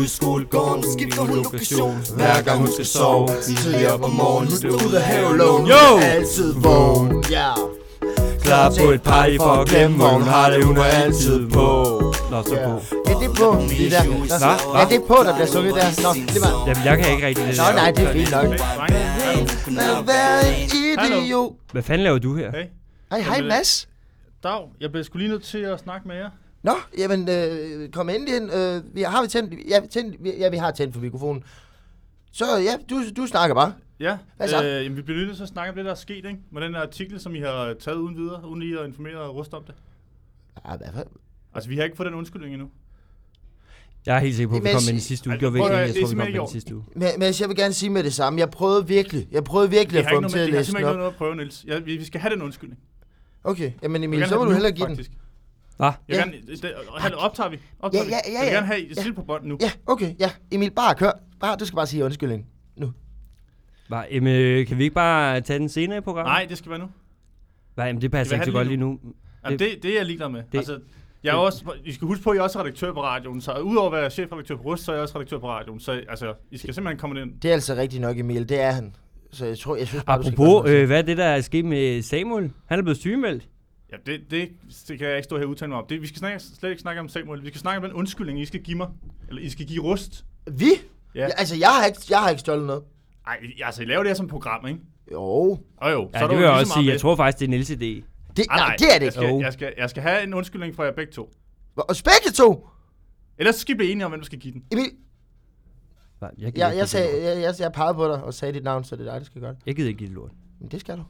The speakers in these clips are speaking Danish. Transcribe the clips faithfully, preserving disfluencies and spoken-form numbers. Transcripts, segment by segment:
i skolegården, skifter hun lokation. Hver gang hun skal sove, tidligere op om morgenen. Hun skal ud af havelån, hun er altid vågen. Ja. Klar på et party for at glemme, hvor hun har det, hun er altid på. Nå, så på. Ja, det er på, det der. Nå, ja, det er på, der bliver sunget der. Nå, det var... Jamen, jeg kan ikke rigtig det Nå, der. nej, det er fint nok. Hvad en idiot. Hvad fanden laver du her? Hey. Hej, hej Mads. Dag, jeg bliver sgu lige nødt til at snakke med jer. Nå, jamen, øh, kom endelig ind. Øh, vi har vi tændt, ja, tændt, ja, vi har tændt for mikrofonen. Så ja, du, du snakker bare. Ja, Hvad så? øh, jamen, vi bliver nødt til at snakke om det, der er sket, ikke? Med den her artikel, som I har taget uden videre, uden lige at informere Rust om det. Ja, hvad? Altså, vi har ikke fået den undskyldning endnu. Jeg er helt sikker på, at vi Men- kom med den sidste uge. Ej, Gjorde vi prøv ikke at det? høre, Jeg det tror, er vi kom med den simpelthen sidste uge. Men, men jeg vil gerne sige med det samme. Jeg prøvede virkelig, jeg prøvede virkelig Det at har få ikke dem til noget at med, det har læse den simpelthen ikke op. noget at prøve, Niels. Ja, vi, vi skal have den undskyldning. Okay, jamen Jeg Emil, vil så må gerne du have hellere nu, give den. faktisk. Hvad? Jeg Ja. vil gerne, det, det, optager vi. Optager Ja, ja, ja, vi. Jeg vil ja. gerne have Ja. Sil på bånd nu. Ja, okay, ja. Emil, bare kør. Bare, du skal bare sige undskyldning. Nu. Hva, jamen, kan vi ikke bare tage den senere i programmet? Nej, det skal være nu. Nej, jamen, det passer Jeg vil ikke så have godt det lige nu. Jamen, det, det er jeg ligeglad med. Det- Altså, jeg er også, I skal huske på, at jeg er også redaktør på radioen, så udover at være chefredaktør på Rust, så er jeg også redaktør på radioen. Så altså, I skal simpelthen komme ind. Det er altså rigtigt nok, Emil. Det er han. Så jeg tror, jeg synes bare, du skal Apropos, komme med øh, hvad er det, der er sket med Samuel? Han er blevet sygemeldt. Ja, det, det, det kan jeg ikke stå her og udtale mig om. Det, vi skal snakke, slet ikke snakke om Samuel. Vi skal snakke om den undskyldning, I skal give mig. Eller I skal give Rust. Vi? Ja. Ja, altså, jeg har ikke, jeg har ikke stjålet noget. Ej, altså, I laver det her som program, ikke? Jo. Og jo, Ja, så er det der vil jo jeg lige også så sige. meget Jeg med. tror faktisk, det er Niels idé. Det, Ah, nej, nej, det er det jeg ikke. skal, Jo. jeg, skal, jeg skal have en undskyldning fra jer begge to. Og begge to. Ellers skal I blive enige om, hvem du skal give den. Emil, Nej, jeg, gider jeg, ikke jeg, sagde, give det lort. jeg, jeg, jeg pegede på dig og sagde dit navn, så det er dig, der skal gøre det. Jeg gider ikke give det lort. Men det skal du.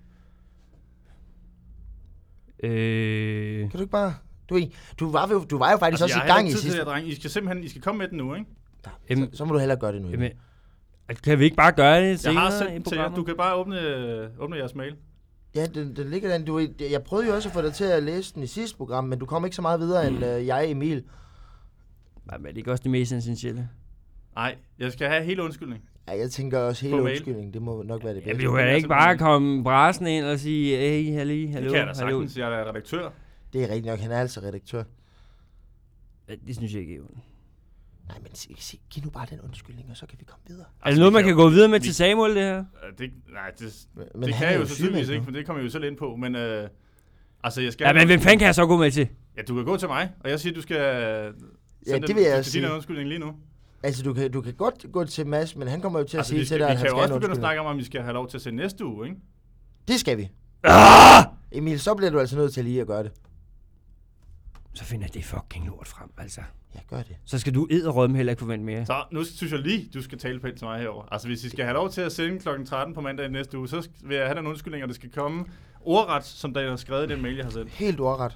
Øh... Kan du ikke bare... Du, er- du, var, jo, du var jo faktisk Altså, også jeg i har gang i ikke tid til sidste... det, drenge. I skal simpelthen, I skal komme med den nu, ikke? Jamen, Så, så må du hellere gøre det nu. Emil. jamen, kan vi ikke bare gøre det Jeg senere har i sendt den til jer. programmet? Du kan bare åbne, øh, åbne jeres mail. Ja, den, den ligger der. Du, jeg prøvede jo også at få dig til at læse den i sidste program, men du kom ikke så meget videre end øh, jeg, Emil. Nej, men det er ikke også det mest essentielle. Nej, jeg skal have hele undskyldning. Ja, jeg tænker også På hele mail. undskyldning. Det må nok være det Ja, bedste. men du kan da ikke bare komme brasen ind og sige, hey, halli, hallo, Det kan jeg da hallo. sagtens. Jeg er da redaktør. Det er rigtigt nok. Han er altså redaktør. Ja, det synes jeg ikke er jo. Nej, men sig, sig, giv nu bare den undskyldning, og så kan vi komme videre. Er det noget, man vi kan kan gå videre med vi- til Samuel, det her? Øh, Det, nej, det, Men det han kan er jeg jo jo så tydeligvis sygemeldt ikke, nu. for det kommer jeg jo selv ind på. Men øh, altså, jeg skal... Ja, men hvem fanden kan jeg så gå med til? Ja, du kan gå til mig, og jeg siger, du skal... Ja, det vil jeg sige. sige. Du skal undskyldning lige nu. Altså, du kan, du kan godt gå til Mads, men han kommer jo til at Altså, sige vi, til skal, dig, vi at han kan jo skal have også en begynde at undskyldning. snakke om, om vi skal have lov til at se næste uge, ikke? Det skal vi. Ah! Emil, så bliver du altså nødt til lige at gøre det. Så finder jeg det fucking lort frem, altså. Ja, gør det. Så skal du edderrømme heller ikke forvente mere. Så nu synes jeg lige, du skal tale pænt til mig herover. Altså, hvis I skal have lov til at sende klokken tretten på mandag i næste uge, så sk- vil jeg have den undskyldning, og det skal komme ordret, som der er skrevet i den mail, jeg har sendt. Helt ordret.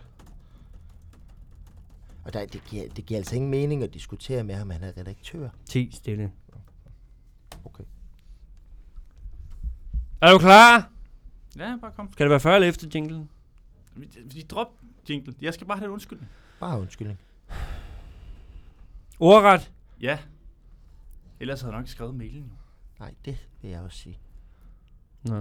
Og der, det, giver, det giver altså ingen mening at diskutere med ham, han er redaktør. Ti stille. Okay. Er du klar? Ja, bare kom. Skal det være før eller efter jinglen? Vi, vi drop jingle. Jeg skal bare have den undskyldning. Bare undskyldning. Ordret. Ja. Ellers havde jeg nok skrevet mailen jo. Nej, det vil jeg også sige. Nå.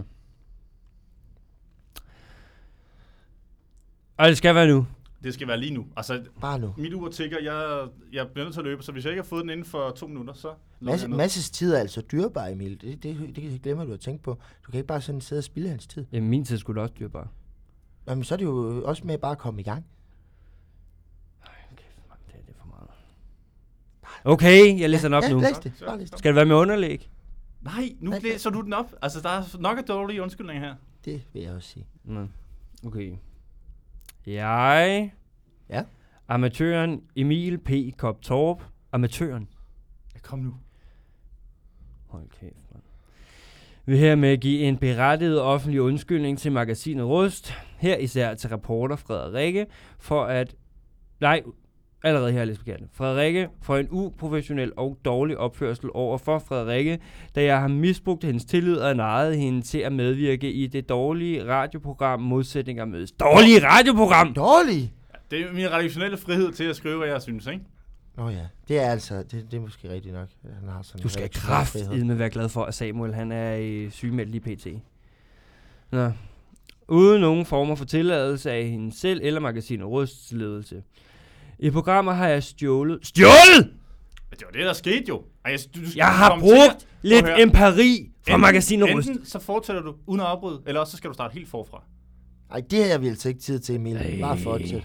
Og det skal være nu. Det skal være lige nu. Altså, Bare nu. mit ur tigger, jeg, jeg bliver nødt til at løbe, så hvis jeg ikke har fået den inden for to minutter, så... lukker Masse, jeg ned. masses tid er altså dyrbar, Emil. Det, det, det glemmer du at tænke på. Du kan ikke bare sådan sidde og spilde hans tid. Jamen, min tid skulle da også dyrbar. Jamen, så er det jo også med bare at komme i gang. Okay, det er det for meget. Okay, jeg læser den op ja, nu. læs det. Bare læs det. Skal det være med underlæg? Nej, nu Nej, læser du den op. Altså, der er nok af dårlige undskyldninger her. Det vil jeg også sige. Nå. Okay. Jeg... Ja? Amatøren Emil P. Koptorp. Amatøren. Ja, kom nu. Hold kæft, man. Vil hermed give en berettiget offentlig undskyldning til magasinet Rust. Her især til reporter Frederikke for at... Nej, allerede her er jeg læst Frederikke for en uprofessionel og dårlig opførsel over for Frederikke, da jeg har misbrugt hendes tillid og naret hende til at medvirke i det dårlige radioprogram Modsætninger mødes. Dårlige radioprogram! Dårlig! Det er min redaktionelle frihed til at skrive, hvad jeg synes, ikke? Nå ja, det er altså, det, det er måske rigtigt nok. Han har sådan Du skal en redaktionel frihed. kraftedme være glad for, at Samuel han er i sygemeldt lige pt. Nå. Uden nogen former for tilladelse af hende selv eller magasinet Rusts ledelse. I programmer har jeg stjålet... Stjålet! Det var det, der skete jo. Ej, du, du, Jeg du har kom brugt til lidt høre. empiri fra Enten- magasinet Rust. Enten så fortsætter du uden at afbryde, eller også så skal du starte helt forfra. Ej, det har jeg vel altså ikke tid til, Emil. Ej. Bare fortsæt.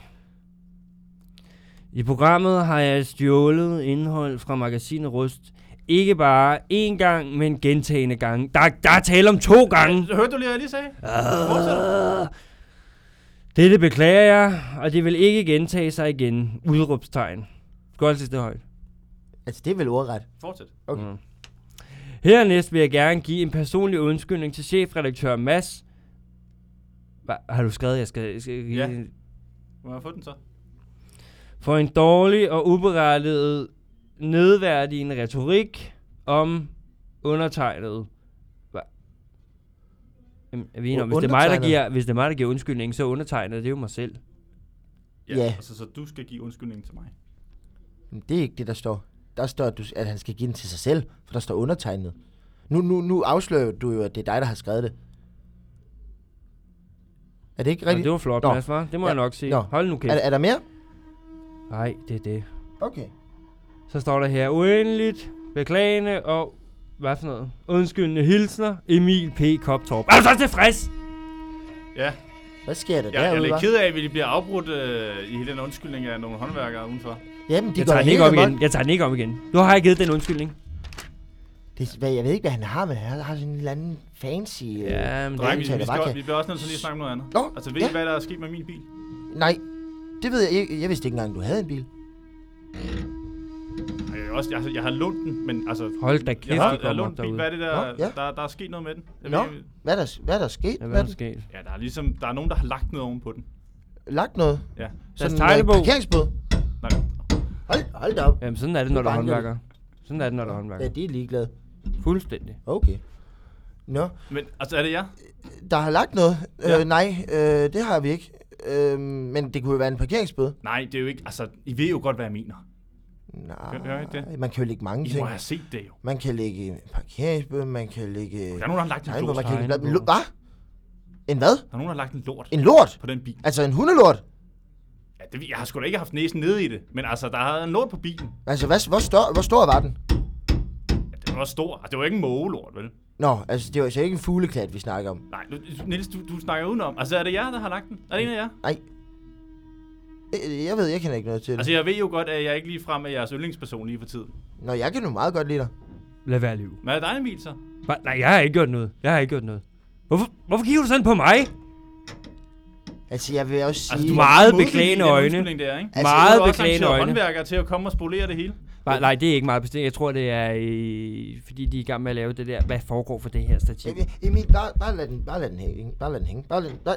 I programmet har jeg stjålet indhold fra magasinet Rust. Ikke bare én gang, men gentagende gange. Der, der er tale om to gange. Ja, hørte du lige, hvad jeg lige sagde? Uh, Dette beklager jeg, og det vil ikke gentage sig igen. Udråbstegn. Skal også det højt. Altså, det er vel ordret. Fortsæt. Okay. Mm. Hernæst vil jeg gerne give en personlig undskyldning til chefredaktør Mads. Hva? Har du skrevet, jeg skal... Jeg skal Ja. Må jeg få den så? For en dårlig og uberettiget nedværdigende retorik om undertegnet. Hva? Jamen, er vi enige om, hvis det, er mig, der Undertegnet? giver, hvis det er mig, der giver undskyldning, så undertegnet, det er jo mig selv. Ja. Ja. Altså, så du skal give undskyldning til mig. Men det er ikke det, der står. Der står, at, du, at han skal give den til sig selv, for der står undertegnet. Nu, nu, nu afslører du jo, at det er dig, der har skrevet det. Er det ikke Og rigtigt? det var flot, Nå. Mads, hva'? Det må Ja. jeg nok sige. Nå. Hold nu kæft. Er, er der mere? Nej, det er det. Okay. Så står der her, uendeligt, beklagende og, hvad for noget? Undskyldende hilsner, Emil P. Koptorp. Er du så tilfreds? Ja, Hvad sker der jeg, jeg er derude, lidt hva'? ked af, at vi bliver afbrudt øh, i hele den undskyldning af nogle håndværkere udenfor. Jamen, det Jeg går tager den helt ikke op amok. igen. Jeg tager den ikke op igen. Nu har jeg givet den undskyldning. Det, hvad, jeg ved ikke, hvad han har, men han har sådan en eller anden fancy... øh, Ja, men Dreng, vi, tager vi, det skal, bare vi bliver også nødt til lige at snakke om noget andet. Nå, Altså, ved ja. I, hvad der er sket med min bil? Nej, det ved jeg ikke. Jeg vidste ikke engang, du havde en bil. Jeg, er også, altså, jeg har lånt den, men altså... Hold da kæft, Jeg har, de jeg har kommer lånt bil. derude. Hvad er det der, Nå, ja. der... Der er sket noget med den. Jeg Nå. ved- Hvad er der, hvad er der sket? Ja, hvad hvad er er der der sket? Ja, der er ligesom... Der er nogen, der har lagt noget oven på den. lagt noget? Ja. Sådan en tegnebog. parkeringsbåd? Nej. Hold, hold da op. Jamen, sådan er det, når Nu der er banker håndværker. Sådan er det, når der er Ja, håndværker. de er ligeglade. Fuldstændig. Okay. Nå, Men altså, er det jeg? der har lagt noget? Ja. Øh, nej, øh, det har vi ikke. Øh, men det kunne jo være en parkeringsbøde. Nej, det er jo ikke... Altså, I ved jo godt, hvad jeg mener. Nej, Gør I det? man kan jo lægge mange I må ting. have set det jo. Man kan lægge en parkeringsbøde, man kan lægge... Der er nogen, der har lagt en tegnebog, lort. man kan lægge... Tegnebog. Hvad? En hvad? Der er nogen, der har lagt en lort En lort? på den bil. Altså en hundelort? Ja, det, jeg har sgu da ikke haft næsen nede i det. Men altså, der har en lort på bilen. Altså, hvad, hvor, stor, hvor stor var den? Ja, det var stor. Altså, det var ikke en mågelort, vel? Nå, altså, det var så ikke en fugleklat, vi snakker om. Nej, nu, Niels, du, du snakker udenom. Altså, er det jer, der har lagt den? Er det en af jer? Nej. Øh, Jeg ved, jeg kender ikke noget til det. Altså, jeg ved jo godt, at jeg ikke lige frem er jeres yndlingsperson lige for tiden. Nå, jeg kan jo meget godt lide dig. Lad være liv. Men er det dig, Emil, så? Hva? Nej, jeg har ikke gjort noget. Jeg har ikke gjort noget. Hvorfor, hvorfor kigger du sådan på mig? Altså, jeg vil også sige... Altså, du meget modvillig beklagende i den øjne. undskyldning Der, ikke? Altså, Meget Du har også beklagende arrangeret øjne. håndværkere til at komme og spolere det hele. Bare, nej, det er ikke meget bestemt. Jeg tror, det er, øh, fordi de er i gang med at lave det der. Hvad foregår for det her stativ? Emil, Emil bare, bare, lad den, bare lad den hænge. Bare lad den hænge. Bare lad den, bare,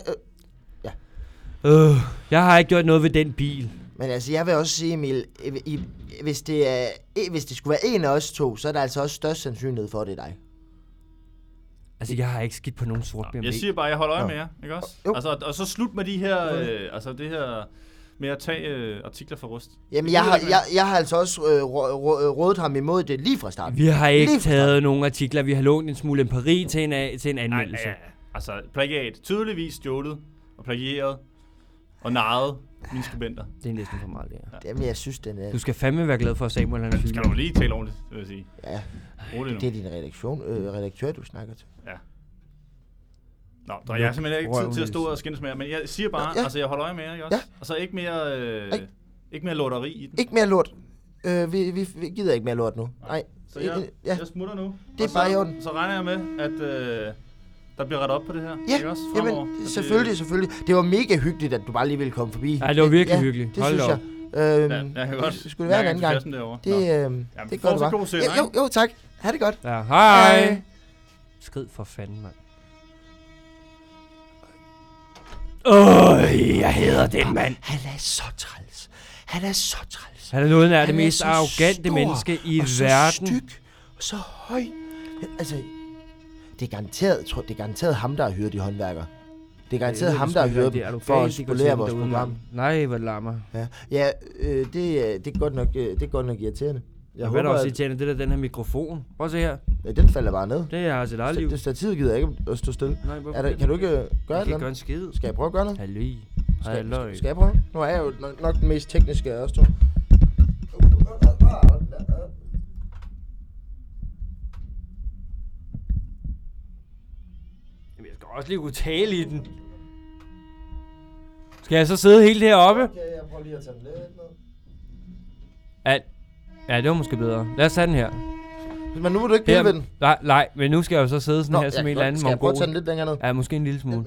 øh. Øh, jeg har ikke gjort noget ved den bil. Men altså, jeg vil også sige, Emil, i, i, hvis, det er, i, hvis det skulle være en af os to, så er der altså også størst sandsynlighed for, at det er dig. Altså, jeg har ikke skidt på nogen sort B M W. Jeg siger bare, at jeg holder øje Nå. med jer, ikke også? Jo. Altså, og så slut med de her, øh, altså det her med at tage øh, artikler fra Rust. Jamen, Det jeg gider har, ikke jeg, jeg har altså også øh, rå, rå, rådet ham imod det lige fra starten. Vi har ikke Lige fra taget nogen artikler. Vi har lånt en smule empiri til en, a- til en Nej, anmeldelse. ja, altså plagiat. Tydeligvis stjålet og plagieret og narret mine skribenter. Det er næsten for meget, det her. Jamen, jeg synes, den er... Du skal fandme være glad for, at Samuel han er Men syg. skal du lige tale ordentligt, vil jeg sige. Ja, Rolig nu. det er din redaktion, øh, redaktør, du snakker til. Nå, der jeg har simpelthen ikke tid til at Røven, stå og skændes med jer, men jeg siger bare, Nå, ja. altså jeg holder øje med jer, ikke også? Ja. Og så ikke mere, øh, Ej. ikke mere lorteri i den. Ikke mere lort. Øh, vi, vi, vi gider ikke mere lort nu. Nej. Så jeg, Øh, ja. jeg smutter nu. Det er og så, bare i orden. Så regner jeg med, at øh, der bliver rettet op på det her, Ja, ikke også? Fremover. jamen, At selvfølgelig, selvfølgelig. Det var mega hyggeligt, at du bare lige ville komme forbi. Ja, det var virkelig ja, hyggeligt. Det Hold synes da jeg. Øhm, Det, ja, jeg kan godt det skulle det være en anden gang. entusiasmen derovre. Det, Nå. øh, Jamen, det gør det fortsæt bare. god sender, Ja, jo, jo, tak. Ha' det godt. Ja, hej. Hej. Skrid for fanden, mand. Åh, jeg hader den mand. Han er så træls. Han er så træls. Han er noget af det Han er mest så arrogante stor menneske i og så verden. styg og så høj. Altså, det er garanteret, jeg tror, det er garanteret ham, der har hyret de håndværkere. Det er garanteret ham, der har hyret dem for at spolere vores program. Nej, hvor lammer. Ja, ja øh, det, er- det, er godt nok, øh, det er godt nok irriterende. Jeg Jeg hvad er der håber, også at irriterende? Det der, den her mikrofon. Prøv at se her. ja, den falder bare ned. Det har jeg set aldrig. Det stativet gider ikke at stå stille. Nej, hvorfor Er der, kan du ikke øh, gøre Jeg et kan eller ikke gøre andet? en skid. Skal jeg prøve at gøre noget? Hallo. Skal, Hallo. skal, skal jeg prøve? Nu er jeg jo nok, nok den mest tekniske af os to. Jamen, jeg skal også lige kunne tale i den. Skal jeg så sidde helt heroppe? Okay, jeg prøver lige at tage den lidt ned. Ja, ja, det var måske bedre. Lad os tage den her. Men nu må du ikke pille ved den. Nej, nej, men nu skal jeg jo så sidde sådan Nå, her som en eller anden mongol. Skal jeg prøve at tage den lidt længere ned? Ja, måske en lille smule.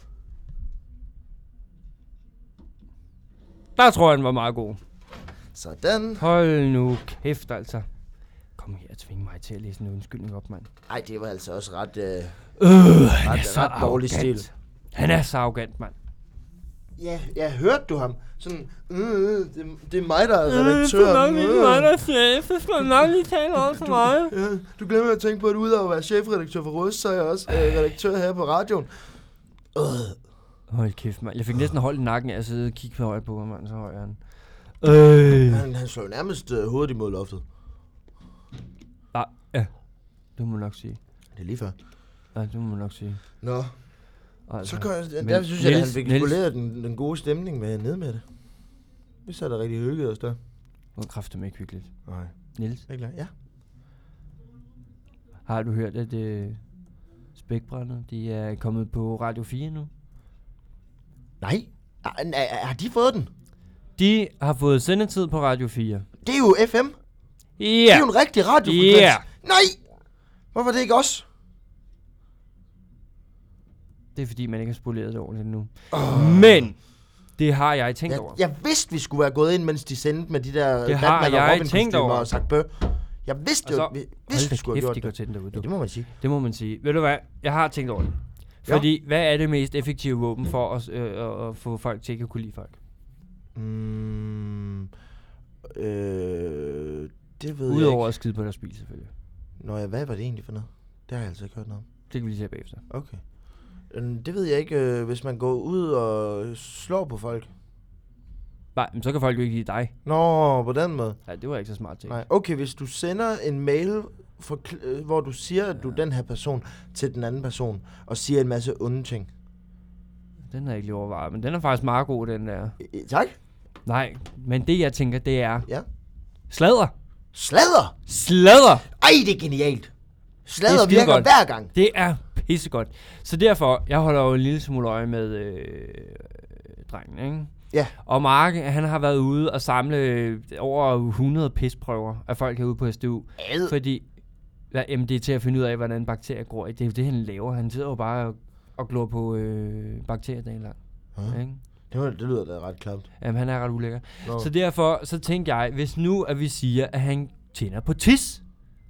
Der tror jeg, den var meget god. Sådan. Hold nu kæft, altså. Kom her og tvinge mig til at læse en undskyldning op, mand. Ej, det var altså også ret, øh, Øh, ret, han er så ret dårlig stil. Han er så arrogant, mand. Ja, ja, hørte du ham? Sådan, øh, det, det er mig, der er Øh, det redaktør. er nok ikke mig, der er chef. Så skal du nok lige tale over for mig. Ja, du glemmer at tænke på, at udover at være chefredaktør for Røst, så er jeg også øh, redaktør her på radioen. Øh. Hold kæft, mand. Jeg fik næsten holdt i nakken af at sidde og kigge på højt på ham, mand. Så høj er han. Øh. Han, han slår nærmest øh, hovedet imod loftet. Ah, ja, det må man nok sige. Det er lige før. Nej, det må man nok sige. Nå, Altså, så kan jeg, men derfor synes jeg, at han Niels- fik Niels- spoleret den, den gode stemning med ned med det. Vi så er der rigtig hygget os der. Det var kraftedeme ikke hyggeligt. Nej. Niels, Ikke langt, ja. har du hørt, at uh, Spækbrænder, de er kommet på Radio fire nu? Nej. Har, er- har de fået den? De har fået sendetid på Radio fire. Det er jo F M. Ja. Det er jo en rigtig radiofrekvens. Ja. Nej! Hvorfor er det ikke os? Det er fordi, man ikke har spoleret det ordentligt nu. Oh. Men det har jeg tænkt over. Jeg, jeg vidste, vi skulle være gået ind, mens de sendte med de der Det har Batman og jeg Robin tænkt kostymer over. og sagt bø. Jeg vidste jo, Og så- vi, vidste, vi skulle have Hold gjort da kæft, de går det. til den derude. Ja, Du. det må man sige. Det må man sige. Ved du hvad? Jeg har tænkt over det. Ja. Fordi, hvad er det mest effektive våben for at, øh, at, at få folk til ikke at kunne lide folk? Mm, øh, det ved Udover jeg at skide på deres bil, selvfølgelig. ikke. Nå ja, hvad var det egentlig for noget? Det har jeg altså ikke hørt noget om. Det kan vi lige se bagefter. Okay. Øhm, Det ved jeg ikke, øh, hvis man går ud og slår på folk. Nej, men så kan folk jo ikke lide dig. Nå, på den måde. Ja, det var ikke så smart til. Nej, okay, hvis du sender en mail, for, øh, hvor du siger, at du er den her person til den anden person, og siger en masse onde ting. Den har jeg ikke lige overvejet, men den er faktisk meget god, den der. Øh, tak. Nej, men det jeg tænker, det er... Ja. Sladder! Sladder! Sladder! Ej, det er genialt. Sladder Det er virker skidegodt. hver gang. Det er pissegodt. Så derfor, jeg holder jo en lille smule øje med øh, drengen, ikke? Ja. Og Mark, han har været ude og samle øh, over hundrede pisprøver af folk herude på S D U. Ad. Fordi, ja, jamen, det er til at finde ud af, hvordan bakterier går. Det er jo det, han laver. Han sidder jo bare og, og glor på øh, bakterier dagen lang. Huh? Ikke? Det, var, det lyder da ret klamt. Jamen, han er ret ulækker. Nå. Så derfor, så tænker jeg, hvis nu, at vi siger, at han tænder på tis,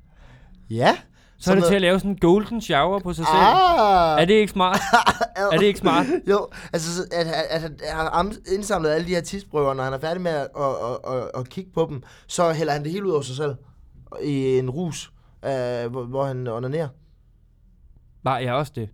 Ja. så er det til at lave sådan en golden shower på sig selv. Ah. Er det ikke smart? Er det ikke smart? Jo, altså så- at, at, at han har am- indsamlet alle de her tidsprøver, når han er færdig med at, at, at, at, at kigge på dem, så hælder han det hele ud over sig selv i en rus, øh, hvor, hvor han onanerer. Nej, jeg er også det.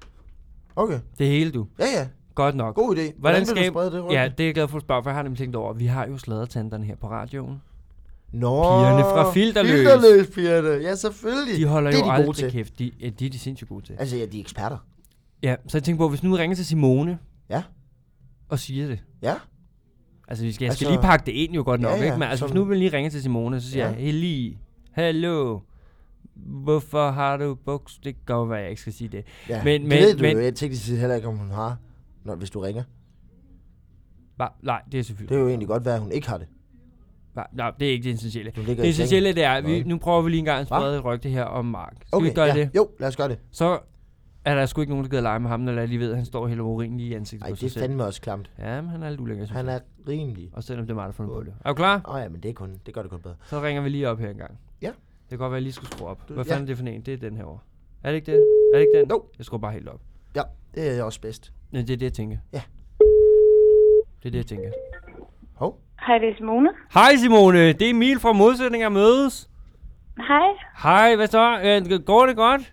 Okay, Det hele, du. ja ja, Godt nok. god idé. Hvordan vil skal du sprede det rundt? Ja, det er jeg glad for at spørge, for jeg har nemlig tænkt over. Vi har jo sladretanterne her på radioen. Nå, Pigerne fra Filterløs. Filterløs pigerne, ja selvfølgelig. De holder det er jo de gode aldrig til. kæft. De, ja, de er de sindssygt gode til. Altså ja, de er eksperter. Ja, så jeg tænker på, hvis nu ringer til Simone. Ja. Og siger det. Ja. Altså, vi skal, jeg skal Altså- lige pakke det ind jo godt nok, Ja, ja, ikke? Men altså, hvis som- nu vil lige ringe til Simone, så siger Ja. jeg, Heli, hallo, hvorfor har du buks? Det kan godt være, jeg ikke skal sige det. Ja, Men- det men- ved du men- jo. Jeg tænkte sig heller ikke, om hun har, når, hvis du ringer. Bare, nej, det er Det selvfølgelig. er jo egentlig godt være, at hun ikke har det. Nej, nej, det er ikke det essentielle. Du ligger Det i sengen. essentielle, det er, at vi, Nå. nu prøver vi lige en gang at sprede et rygte her om Mark. Skal Okay, vi gøre ja. det? Jo, lad os gøre det. Så er der sgu ikke nogen, der gider lege med ham, eller jeg lige ved, at han står og hælder urin lige i ansigtet Nej, på det sig er selv. fandme også klamt. Ja, men han er lidt ulækker, synes Han jeg. er rimelig. Og selvom det er mig, der har fundet på det. Er du klar? Åh oh, ja, men det, er kun, det gør det kun bedre. Så ringer vi lige op her en gang. Ja. Det kan godt være, at jeg lige skal skrue op. Du- Hvad ja. fanden er det for en? Det er den her over. Er det ikke det? Er det ikke den? Jo. Jeg skruer bare helt op. Ja, det er også bedst. Nej, det er det, jeg tænker. Ja. Det er det, jeg tænker. Hov. Hej, det er Simone. Hej Simone, det er Emil fra Modsætninger Mødes. Hej. Hej, hvad så? Øh, går det godt?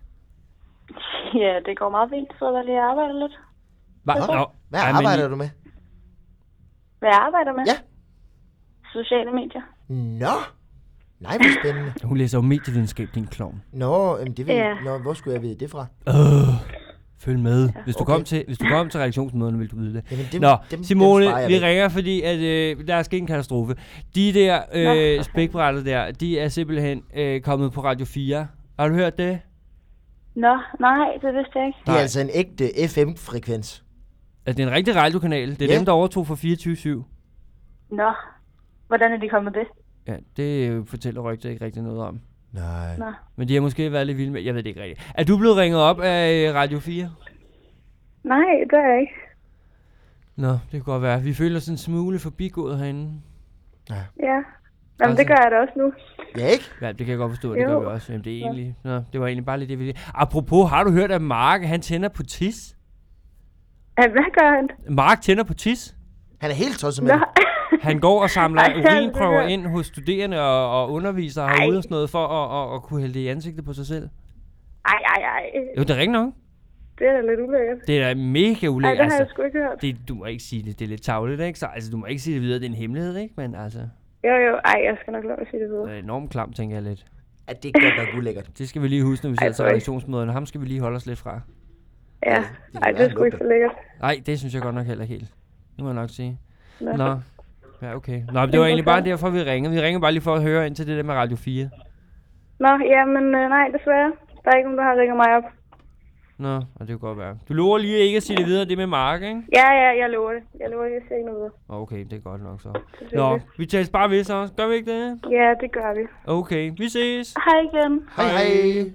Ja, det går meget fint, så jeg lige arbejder lidt. Hva? Hvad så? Nå, Hvad ej, men arbejder I- du med? Hvad jeg arbejder med? Ja. Sociale medier. Nå. Nej, hvor spændende. Hun læser jo medievidenskab, din klovn. Nå, jamen det ved Ja. jeg. Nå, hvor skulle jeg vide det fra? Øh, Følg med. Ja. Hvis du Okay. kom til, hvis du kom til reaktionsmøderne, vil du vide det. Jamen, dem, Nå, dem, dem Simone, sparer jeg vi væk. ringer, fordi at, øh, der er sket en katastrofe. De der øh, Nå. spækbrætter der, de er simpelthen øh, kommet på Radio fire. Har du hørt det? Nå, nej, det vidste jeg ikke. Det er Nej. altså en ægte F M-frekvens. Altså, det er en rigtig radiokanal. Det er Ja. dem, der overtog for fireogtyve syv. Nå, hvordan er de kommet det? Ja, det øh, fortæller rygter ikke rigtig noget om. Nej. Nå. Men de har måske været lidt vilde med. Jeg ved det ikke rigtigt. Er du blevet ringet op af øh, Radio fire? Nej, det er jeg ikke. Nå, det kan godt være. Vi føler sådan en smule forbigået herinde. Ja. Altså- Jamen, det gør jeg da også nu. Ja, ikke? Ja, det kan jeg godt forstå. Det Jo. gør vi også. Jamen, det er egentlig... Nå, det var egentlig bare lidt det, vi... Apropos, har du hørt, at Mark, han tænder på tis? Ja, hvad gør han? Mark tænder på tis? Han er helt tosset med Nå. det. Han går og samler Ej, det har jeg urinprøver aldrig ind hos studerende og, og undervisere Ej. herude og sådan noget, for at, at, at kunne hælde det i ansigtet på sig selv. Ej, ej, ej. Jo, det er rigtigt nok. Det er da lidt ulækkert. Det er da mega Ej, ulækkert. det har jeg Altså, sgu ikke hørt. det, du må ikke sige det. Det er lidt tavligt, ikke? Så, altså, du må ikke sige det videre. Det er en hemmelighed, ikke? Men altså, Jo, jo. Ej, jeg skal nok lade mig sige det det videre. er enormt klamt, tænker jeg lidt. At det gør nok ulækkert. Det skal vi lige huske, når vi Ej, sidder til sorry. redaktionsmøderne. Ham skal vi lige holde os lidt fra. Ja. det kan Ej, være, det er han sgu ikke lugter. så lækkert. Nej, det synes jeg godt nok heller ikke helt. Det må jeg nok sige. Nå. Nå. Ja, okay. Nå, men det var egentlig bare derfor, vi ringede. Vi ringede bare lige for at høre ind til det der med Radio fire. Nå, jamen, øh, nej, desværre. Der er ikke nogen, der har ringet mig op. Nå, og det kunne godt være. Du lover lige ikke at sige det videre, det med Mark, ikke? Ja, ja, jeg lover det. Jeg lover det, jeg siger ikke noget. Okay, det er godt nok så. Nå, Selvfølgelig. vi tales bare ved så. Gør vi ikke det? Ja, det gør vi. Okay, vi ses. Hej igen. Hej, hej.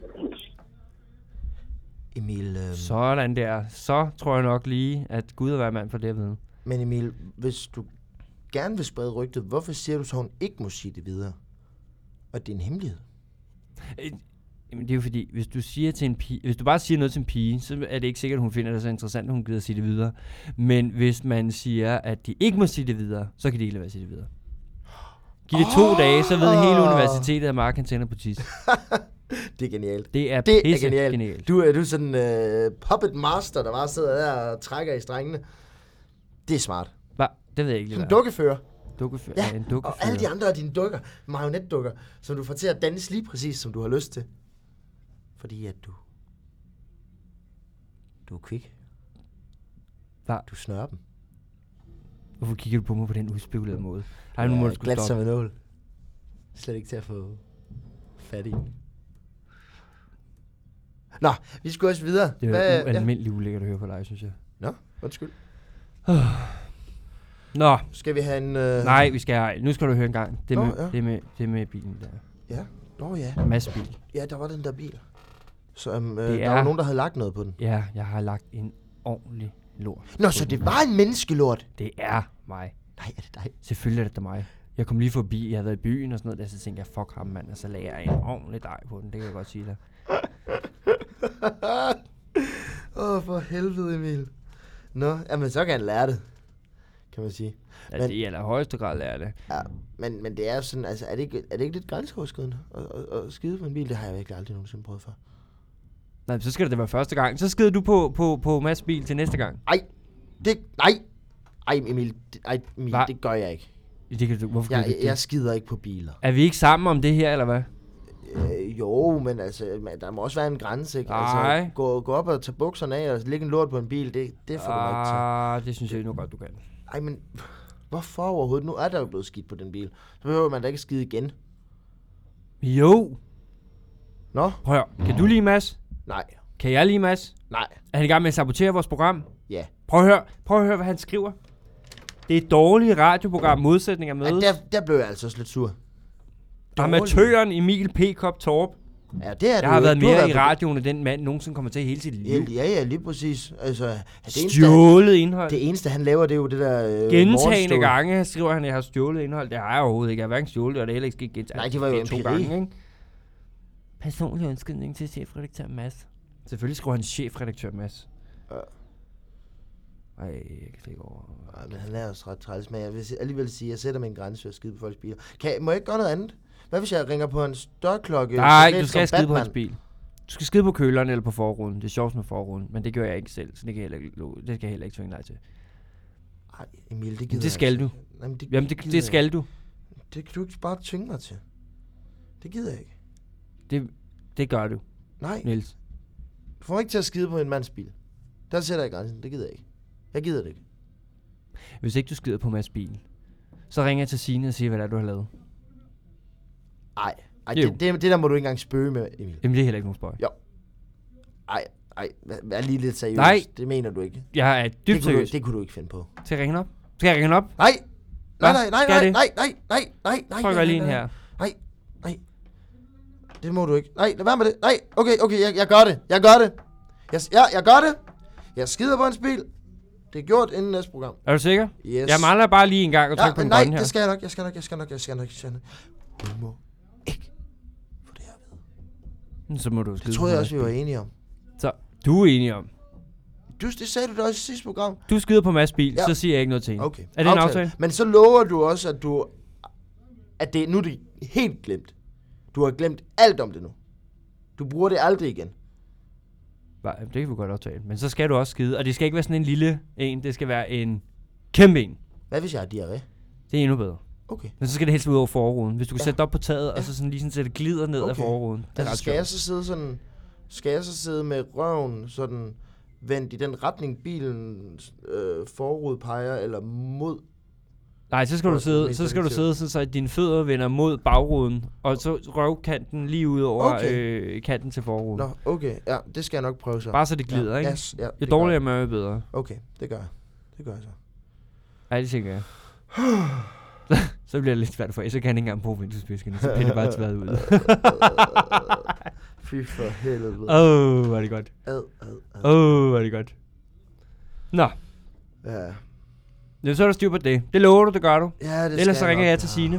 Emil, øh, Sådan der. Så tror jeg nok lige, at Gud er være mand for det at vide. men Emil, hvis du gerne vil sprede rygtet, hvorfor siger du så, hun ikke må sige det videre? Og det er en hemmelighed. Øh, Jamen, det er jo fordi, hvis du siger til en pige, hvis du bare siger noget til en pige, så er det ikke sikkert, at hun finder det så interessant, at hun gider at sige det videre. Men hvis man siger, at de ikke må sige det videre, så kan de ikke lade være at sige det videre. Giv det to Oh. dage, så ved hele universitetet, at Mark kan tænder på tis. Det er genialt. Det er Det er pisse genialt. genialt. Du er du er sådan en uh, puppet master, der bare sidder der og trækker i strengene. Det er smart. Hva? Det ved jeg ikke lige, Sådan en hvad. dukkefører. Dukkefører. Ja, Ja, en og dukkefører. alle de andre af dine dukker, marionetdukker, som du får til at danse lige præcis, som du har lyst til. Fordi at du... Du er kvik. Hva? Du snører dem. Hvorfor kigger du på mig på den udspekulerede måde? Ej, nu må du sgu Glat som stoppe. en nål. Slet ikke til at få fat i. Nå, vi skal også videre. Det Hvad- er ualmindeligt ulækkert at høre på dig, synes jeg. Nå, undskyld. Nå, Skal vi have en... Øh... nej, vi skal ej. Nu skal du høre en gang. Det Nå, med, ja. det med, det med bilen der. Ja, nå ja. Masse bil. Ja, der var den der bil. Så um, øh, Det der er- var nogen, der havde lagt noget på den. Ja, jeg har lagt en ordentlig lort. Nå, på så den. det var en menneskelort. Det er mig. Nej, er det dig? Selvfølgelig er det da mig. Jeg kom lige forbi, jeg havde været i byen og sådan noget, der så tænkte jeg, fuck ham mand, og så lagde jeg en ordentlig dej på den, det kan jeg godt sige dig. Åh, oh, for helvede, Emil. Nå, jamen så kan han lære det, kan man sige. Altså, Men- det i allerhøjeste grad er det. Ja, men, men det er jo sådan, altså, er det ikke, er det ikke lidt grænseoverskridende at, at, at skide på en bil? Det har jeg virkelig aldrig nogensinde prøvet før. Nej, så skal det da være første gang. Så skider du på, på, på Mads bil til næste gang. Ej, det, nej. Ej, Emil, det, ej, Emil, Hva? det gør jeg ikke. Det kan du, hvorfor kan Jeg, du ikke jeg det? skider ikke på biler. Er vi ikke sammen om det her, eller hvad? Øh, jo, men altså, man- der må også være en grænse, ikke? Nej. Altså, gå, gå op og tage bukserne af og lægge en lort på en bil, det, det får du mig ikke til. Ah, det synes jeg nu godt, du kan. Ej, men hvorfor overhovedet? Nu er der jo blevet skidt på den bil. Så behøver man da ikke skide igen. Jo. Nå? Prøv at høre. Kan du lide Mads? Nej. Kan jeg lide Mads? Nej. Er han i gang med at sabotere vores program? Ja. Prøv at høre, prøv at høre hvad han skriver. Det er et dårligt radioprogram, modsætning af Ej, mødes. der, der blev jeg altså også lidt sur. Amatøren Emil P. Kop Torp. Ja, det er Jeg du har jo været ikke. Du mere i på- radioen, end den mand nogensinde kommer til hele sit liv. Ja, ja, lige præcis. Altså, det eneste, Stjålet indhold. det eneste, han laver, det er jo det der... Øh, Gentagende morgenstål. gange skriver han, at jeg har stjålet indhold. Det har jeg overhovedet ikke. Jeg har hverken stjålet, og det er heller ikke sket gentagende. Nej, det var jo to empiri. gange, ikke? Personlig undskyldning til chefredaktør Mads. Selvfølgelig skriver han chefredaktør Mads. Ja. Ej, jeg kan slet ikke over. Ej, men han er også ret træls, men jeg vil si- alligevel sige, at jeg sætter mig en grænse ved at skide på folks biler. Kan jeg, må jeg ikke gøre noget andet? Hvad hvis jeg ringer på en dørklokke? Nej, så lidt du skal som skide på Batman? hans bil. Du skal skide på køleren eller på forruden. Det er sjovt med forruden, men det gør jeg ikke selv, så det kan jeg heller ikke, det kan jeg heller ikke tvinge dig til. Ej, Emil, det gider Men det jeg skal altså du. ikke. Jamen, det, Jamen, det, gider det jeg skal du. ikke. Det kan du ikke bare tvinge mig til. Det gider jeg ikke. Det, det gør du, Nej, Niels. du får mig ikke til at skide på en mands bil. Der sætter jeg grænsen. Det gider jeg ikke. Jeg gider det ikke. Hvis ikke du skider på Mads bil, så ringer jeg til Signe og siger, hvad det er, du har lavet. Ej, ej det, det, det der må du ikke engang spøge med, Emil. Jamen, det er heller ikke nogen spøj. Jo. Ej, ej, vær, vær lige lidt seriøs. Nej. Det mener du ikke. Jeg er dybt det, kunne du, seriøs. det kunne du ikke finde på. Skal jeg ringe hende op? Skal jeg ringe hende op? Nej. Nej, Hva? nej, nej, Skal nej, jeg nej, nej, nej, nej, nej. Trykker lige ind her. Nej, nej. Det må du ikke. Nej, lad være med det. Nej, okay, okay, jeg, jeg gør det. Jeg gør det. Jeg, ja, jeg gør det. Jeg skider på en bil. Det er gjort inden næste program. Er du sikker? Yes. Jeg mangler bare lige en gang at trykke ja, på den nej, grønne her. det skal jeg nok, jeg skal nok, jeg skal nok, jeg skal nok, jeg skal nok. Du må ikke få det her ved. Så må du skide Det troede på jeg også, vi Mads var bil. enige om. Så, du er enig om. Du, det sagde du da også i sidste program. Du skider på Mads bil, Ja. så siger jeg ikke noget til hende. Okay. Er det en aftale? Men så lover du også, at du... At det, nu er det helt glemt. Du har glemt alt om det nu. Du bruger det aldrig igen. Nej, det kan vi godt aftale. Men så skal du også skide. Og det skal ikke være sådan en lille en. Det skal være en kæmpe en. Hvad hvis jeg har diarré? Det er endnu bedre. Okay. Men så skal det helst ud over forruden. Hvis du kan Ja. sætte det op på taget, ja. Ja. og så sådan lige sådan, så det glider ned okay. af Okay. forruden. Det er Altså, ret skal jeg sjovt. så sidde sådan... Skal jeg så sidde med røven sådan vendt i den retning, bilens øh, forrude peger, eller mod... Nej, så skal du Godt, sidde, mest så skal du effektivt. sidde, så, så dine fødder vender mod bagruden, og så røvkanten lige ud over Okay. øh, kanten til forruden. Nå, okay. Ja, det skal jeg nok prøve så. Bare så det glider, ja. ikke? Yes, ja, Jo det dårligere gør mad, jo bedre. jeg. Okay, det gør jeg. Det gør jeg så. Ja, det tænker jeg. Så bliver det lidt svært for jer, så kan han ikke engang bruge vinduesviskerne, så bliver det bare tværet ud. Fy for helvede. Åh, oh, var det godt. Ad, ad, ad. Åh, oh, var det godt. Nå, Ja. ja, så er der styr på det. Det lover du, det gør du. Ja, det Ellers så skal ringer nok. jeg til Signe.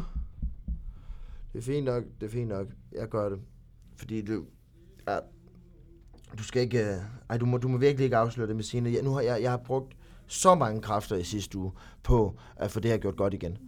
Det er fint nok, det er fint nok. Jeg gør det. Fordi du... Ja, du skal ikke... Uh, ej, du må, du må virkelig ikke afsløre det med Signe. Jeg, nu har jeg, jeg har brugt så mange kræfter i sidste uge på at få det her gjort godt igen.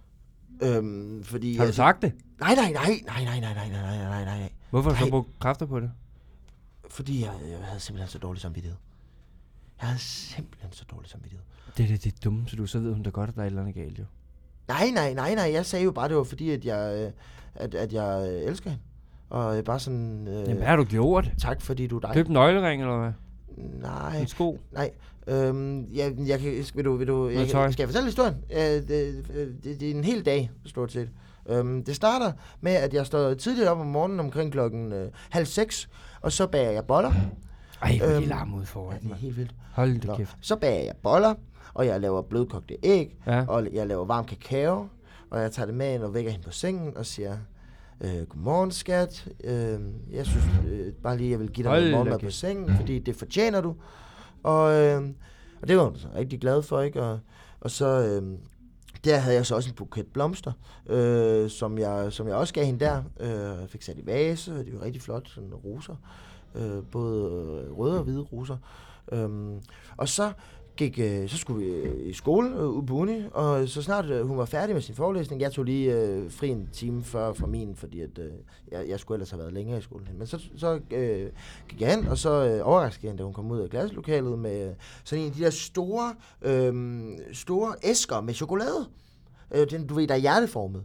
Øhm, fordi... Har du sagt det? Nej, nej, nej, nej, nej, nej, nej, nej, nej, nej, nej. Hvorfor har du så Nej. brugt kræfter på det? Fordi jeg, jeg havde simpelthen så dårlig samvittighed. Jeg havde simpelthen så dårlig samvittighed. Det er det, det er dumt, så du så ved hun da godt, at der er et eller andet galt, jo. Nej, nej, nej, nej. Jeg sagde jo bare, det var fordi, at jeg, øh, at, at jeg øh, elsker hende. Og øh, bare sådan... Øh, Jamen, hvad har du gjort? tak, fordi du er dig. Købt en nøglering, eller hvad? Nej, En sko? nej. Øhm, jeg, jeg kan... Vil du... Vil du jeg, tøj? skal jeg fortælle historien? Øh, det, det, det er en hel dag, stort set. Øhm, det starter med, at jeg står tidligt op om morgenen omkring klokken øh, halv seks, og så bager jeg boller. Ej, hvor er Øhm, de larm ud Ja, foran, det er mand. helt vildt. Hold da Nå, kæft. så bager jeg boller, og jeg laver blødkogte æg, Ja. og jeg laver varm kakao, og jeg tager det med ind og vækker hende på sengen og siger, øh, godmorgen skat, øh, jeg synes øh, bare lige, jeg vil give dig Hold noget da morgenmad på kæft. sengen, fordi det fortjener du. Og, øh, og det var hun så rigtig glad for, ikke? Og, og så... Øh, der havde jeg så også en buket blomster, øh, som, jeg, som jeg også gav hende der. Øh, jeg fik sat i vase, og de var rigtig flot, sådan roser. Øh, både røde og hvide roser. Øhm, og så gik, øh, så skulle vi øh, i skole øh, ude på uni, og så snart øh, hun var færdig med sin forelæsning, jeg tog lige øh, fri en time før fra min, fordi at, øh, jeg, jeg skulle ellers have været længere i skolen. Men så, så øh, gik jeg hen, og så øh, overraskede jeg hende, da hun kom ud af klasselokalet med øh, sådan en af de der store, øh, store æsker med chokolade. Øh, den, du ved, der er hjerteformet.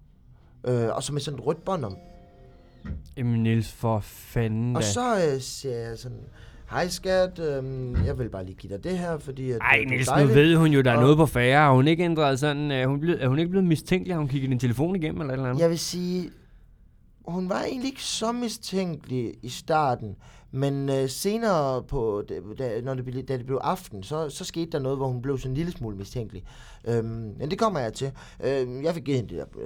Øh, og så med sådan et rødt bånd om. Jamen Niels, for fanden da. Og så øh, siger jeg sådan, hej skat, øh, jeg vil bare lige give dig det her, fordi at, Ej, øh, du er Niels, nu dejlig." ved hun jo, der er Og- noget på færre. Har hun ikke ændret sådan... Er hun, blevet, er hun ikke blevet mistænkelig? Har hun kigget din telefon igennem eller et eller andet? Jeg vil sige, hun var egentlig ikke så mistænkelig i starten, men øh, senere, på, da, når det blev, da det blev aften, så, så skete der noget, hvor hun blev sådan en lille smule mistænkelig. Øhm, men det kommer jeg til. Øhm, jeg fik givet hende det der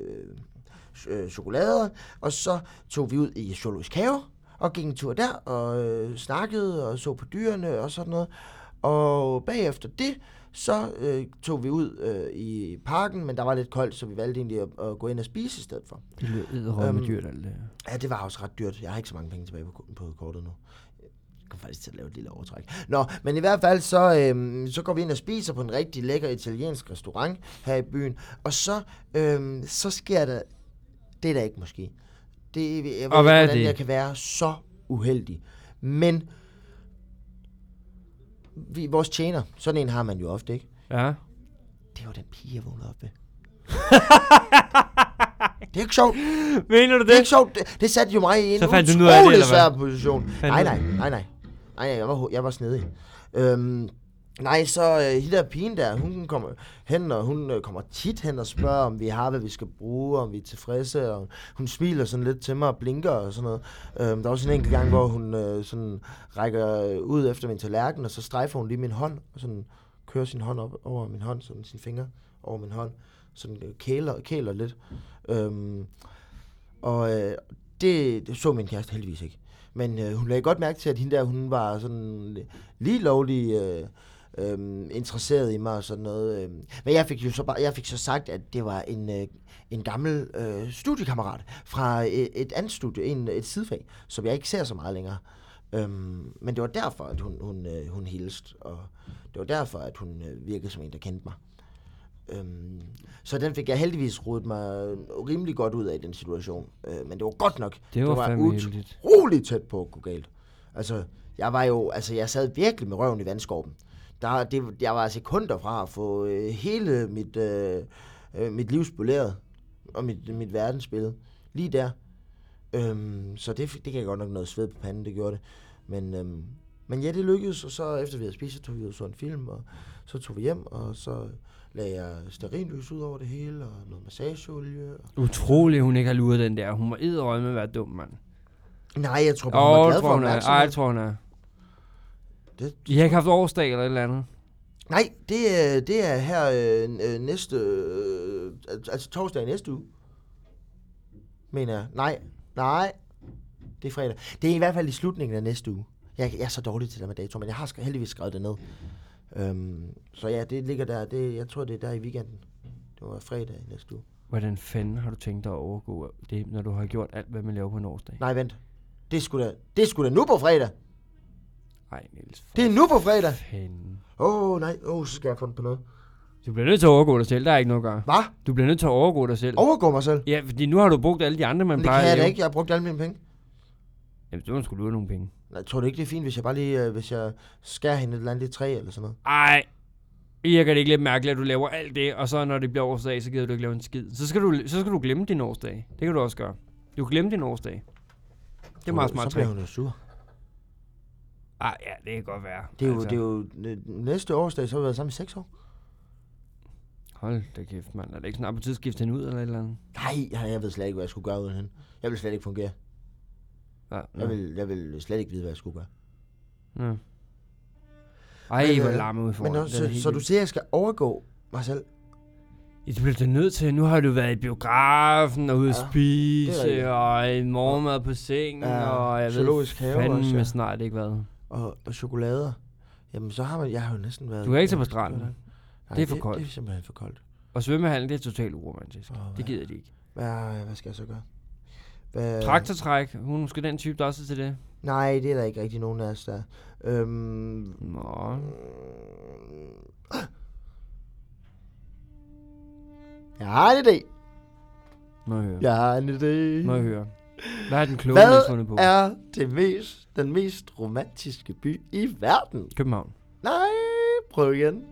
øh, chokolader, og så tog vi ud i Zoologisk Have, og gik en tur der, og øh, snakkede, og så på dyrene, og sådan noget. Og bagefter det, så øh, tog vi ud øh, i parken, men der var lidt koldt, så vi valgte egentlig at, at gå ind og spise i stedet for. Det lyder edderrømme Øhm, dyrt, alt det her. Ja, det var også ret dyrt. Jeg har ikke så mange penge tilbage på, på kortet nu. Jeg kommer faktisk til at lave et lille overtræk. Nå, men i hvert fald, så, øhm, så går vi ind og spiser på en rigtig lækker italiensk restaurant her i byen. Og så, øhm, så sker der det, der ikke måske. Det, jeg ved Og hvad er ikke, hvordan det? jeg kan være så uheldig. Men vi, vores tjener, sådan en har man jo ofte, ikke? Ja. Det var den pige, jeg vågnede op ved. Det er ikke sjovt. Mener du Det er det? ikke sjovt. Det, det satte jo mig i en Så fandt du ud af det, utrolig eller hvad? svær position. Fandt Nej, du- nej, nej, nej. Nej, jeg var, jeg var snedig. Øhm, nej, så øh, hende der pigen der, hun kommer hen, og hun øh, kommer tit hen og spørger, om vi har, hvad vi skal bruge, om vi er tilfredse, og hun smiler sådan lidt til mig og blinker og sådan noget. Øhm, der var sådan en enkelt gang, hvor hun øh, sådan rækker ud efter min tallerken, og så strejfer hun lige min hånd, og sådan kører sin hånd op over min hånd, sådan sin finger over min hånd, sådan øh, kæler, kæler lidt. Øhm, og øh, det, det så min kæreste heldigvis ikke. Men øh, hun lagde godt mærke til, at hende der, hun var sådan lige lovlig øh, øh, interesseret i mig og sådan noget. Øh. Men jeg fik jo så bare, jeg fik så sagt, at det var en, øh, en gammel øh, studiekammerat fra et, et andet studie, en, et sidefag, som jeg ikke ser så meget længere. Øhm, men det var derfor, at hun, hun, øh, hun hilste, og det var derfor, at hun øh, virkede som en, der kendte mig. Øhm, så den fik jeg heldigvis rodet mig rimelig godt ud af, den situation. Øh, men det var godt nok. Det var, det var fandme heldigt. utroligt tæt på at gå galt. Altså, jeg var jo, altså, jeg sad virkelig med røven i vandskorben. Der, det, jeg var sekunder fra at få øh, hele mit, øh, øh, mit liv spoleret, og mit, mit verdensbillede. Lige der. Øhm, så det, det gav godt nok noget sved på panden, det gjorde det. Men, øhm, men ja, det lykkedes, og så efter vi havde spist, så tog vi ud og så en film, og så tog vi hjem, og så lagde jeg stearinlys ud over det hele, og noget massageolie. Og Utroligt, hun ikke har luret den der. Hun må edderømme med at være dum, mand. Nej, jeg tror bare, Åh, hun var oh, glad for tror hun er. Ej, opmærksomhed. jeg tror hun er. Det, I har ikke haft årsdag eller et eller andet? nej, det er, det er her øh, næste, øh, altså torsdag i næste uge, mener jeg. Nej, nej, det er fredag. Det er i hvert fald i slutningen af næste uge. Jeg, jeg er så dårlig til det med dato, men jeg har sk- heldigvis skrevet det ned. Øhm, så ja, det ligger der. Det, jeg tror, det er der i weekenden. Det var fredag i næste uge. Hvordan fanden har du tænkt dig at overgå det, når du har gjort alt, hvad man laver på en årsdag? Nej, vent. Det er sgu da, det er sgu da nu på fredag. Nej, Niels. For Det er nu på fredag. fanden. Åh, oh, nej. Åh, oh, så skal jeg finde på noget. Du bliver nødt til at overgå dig selv. Der er ikke noget at gøre. Hvad? Du bliver nødt til at overgå dig selv. Overgå mig selv? Ja, fordi nu har du brugt alle de andre, man Men det plejer kan jeg at da lave. ikke. Jeg har brugt alle mine penge. Jamen, så skulle du have nogle penge. Nej, tror du ikke, det er fint, hvis jeg bare lige, øh, hvis jeg skærer hende et eller andet lidt træ eller sådan noget? Ej, virker det ikke lidt mærkeligt, at du laver alt det, og så når det bliver årsdag, så gider du ikke lave en skid. Så skal du, så skal du glemme din årsdag. Det kan du også gøre. Du kan glemme din årsdag. Det er meget smart. Så bliver hun jo sur. Ej, ja, det kan godt være. Det er jo, Altså, det er jo øh, næste årsdag, så har vi været sammen i seks år. Hold da kæft, mand. Er det ikke sådan, at på skifte hende ud eller et eller andet? Nej, jeg, jeg ved slet ikke, hvad jeg skulle gøre uden hende. Jeg vil slet ikke fungere. Ja, Jeg vil, jeg vil slet ikke vide, hvad jeg skulle gøre. ja. Ej, Men, hvor øh, larmer ud foran. Men også, så, så du siger, at jeg skal overgå mig selv? Ja, det bliver du nødt til. Nu har du været i biografen og ude at Ja, det er spise, rigtigt. og en morgenmad på sengen, Ja, og jeg ved zoologisk have fandme også, ja. snart ikke hvad. Og, og chokolader? Jamen, så har man... Jeg har jo næsten været... Du kan ikke tage på stranden. Nej, Det er for det, koldt. Det er simpelthen for koldt. Og svømmehallen, det er totalt uromantisk. Åh, Det hvad? gider de ikke. Hvad, hvad skal jeg så gøre? Hvad, Traktortræk, hun er måske den type, der også er til det. Nej, det er der ikke rigtig nogen af os, der. Øhm, Nå. jeg har en idé. Må jeg høre. Jeg har en idé. Må jeg høre. Hvad er den kloge, Niels Hvad fundet på? er det mest, den mest romantiske by i verden? København. Nej, prøv igen.